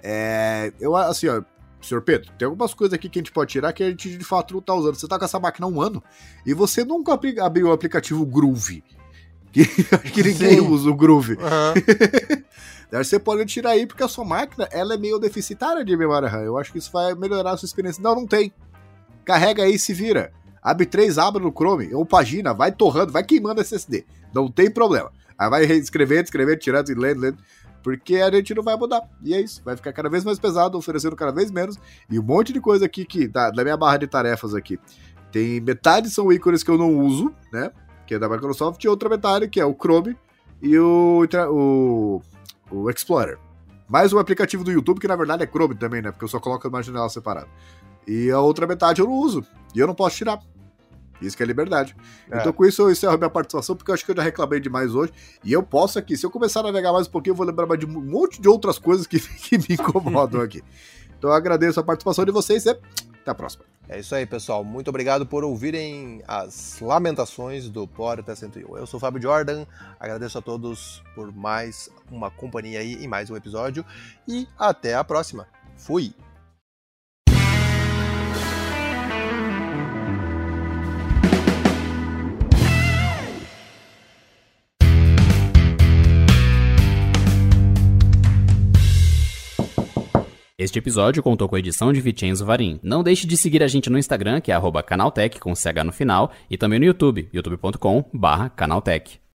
É, eu, assim, ó, senhor Pedro, tem algumas coisas aqui que a gente pode tirar que a gente de fato não tá usando. Você tá com essa máquina há um ano e você nunca abriu o aplicativo Groove. Que, acho que ninguém Sim. usa o Groove. Uhum. Você pode tirar aí, porque a sua máquina ela é meio deficitária de memória RAM. Eu acho que isso vai melhorar a sua experiência. Não, não tem. Carrega aí e se vira. Abre três abas no Chrome, ou pagina, vai torrando, vai queimando S S D. Não tem problema. Aí vai escrevendo, escrevendo, tirando, lendo, lendo. Porque a gente não vai mudar. E é isso. Vai ficar cada vez mais pesado, oferecendo cada vez menos. E um monte de coisa aqui que, da, da minha barra de tarefas aqui, tem metade são ícones que eu não uso, né? Que é da Microsoft, e outra metade que é o Chrome e o... o o Explorer. Mais um aplicativo do YouTube, que na verdade é Chrome também, né? Porque eu só coloco uma janela separada. E a outra metade eu não uso. E eu não posso tirar. Isso que é liberdade. É. Então com isso eu encerro a minha participação, porque eu acho que eu já reclamei demais hoje. E eu posso aqui, se eu começar a navegar mais um pouquinho, eu vou lembrar mais de um monte de outras coisas que, que me incomodam aqui. Então eu agradeço a participação de vocês e até a próxima. É isso aí, pessoal. Muito obrigado por ouvirem as lamentações do Porta cento e um. Eu sou o Fábio Jordan, agradeço a todos por mais uma companhia aí em mais um episódio e até a próxima. Fui! Este episódio contou com a edição de Vicenzo Varim. Não deixe de seguir a gente no Instagram, que é arroba canaltech, com C H no final, e também no YouTube, youtube ponto com barra canaltech.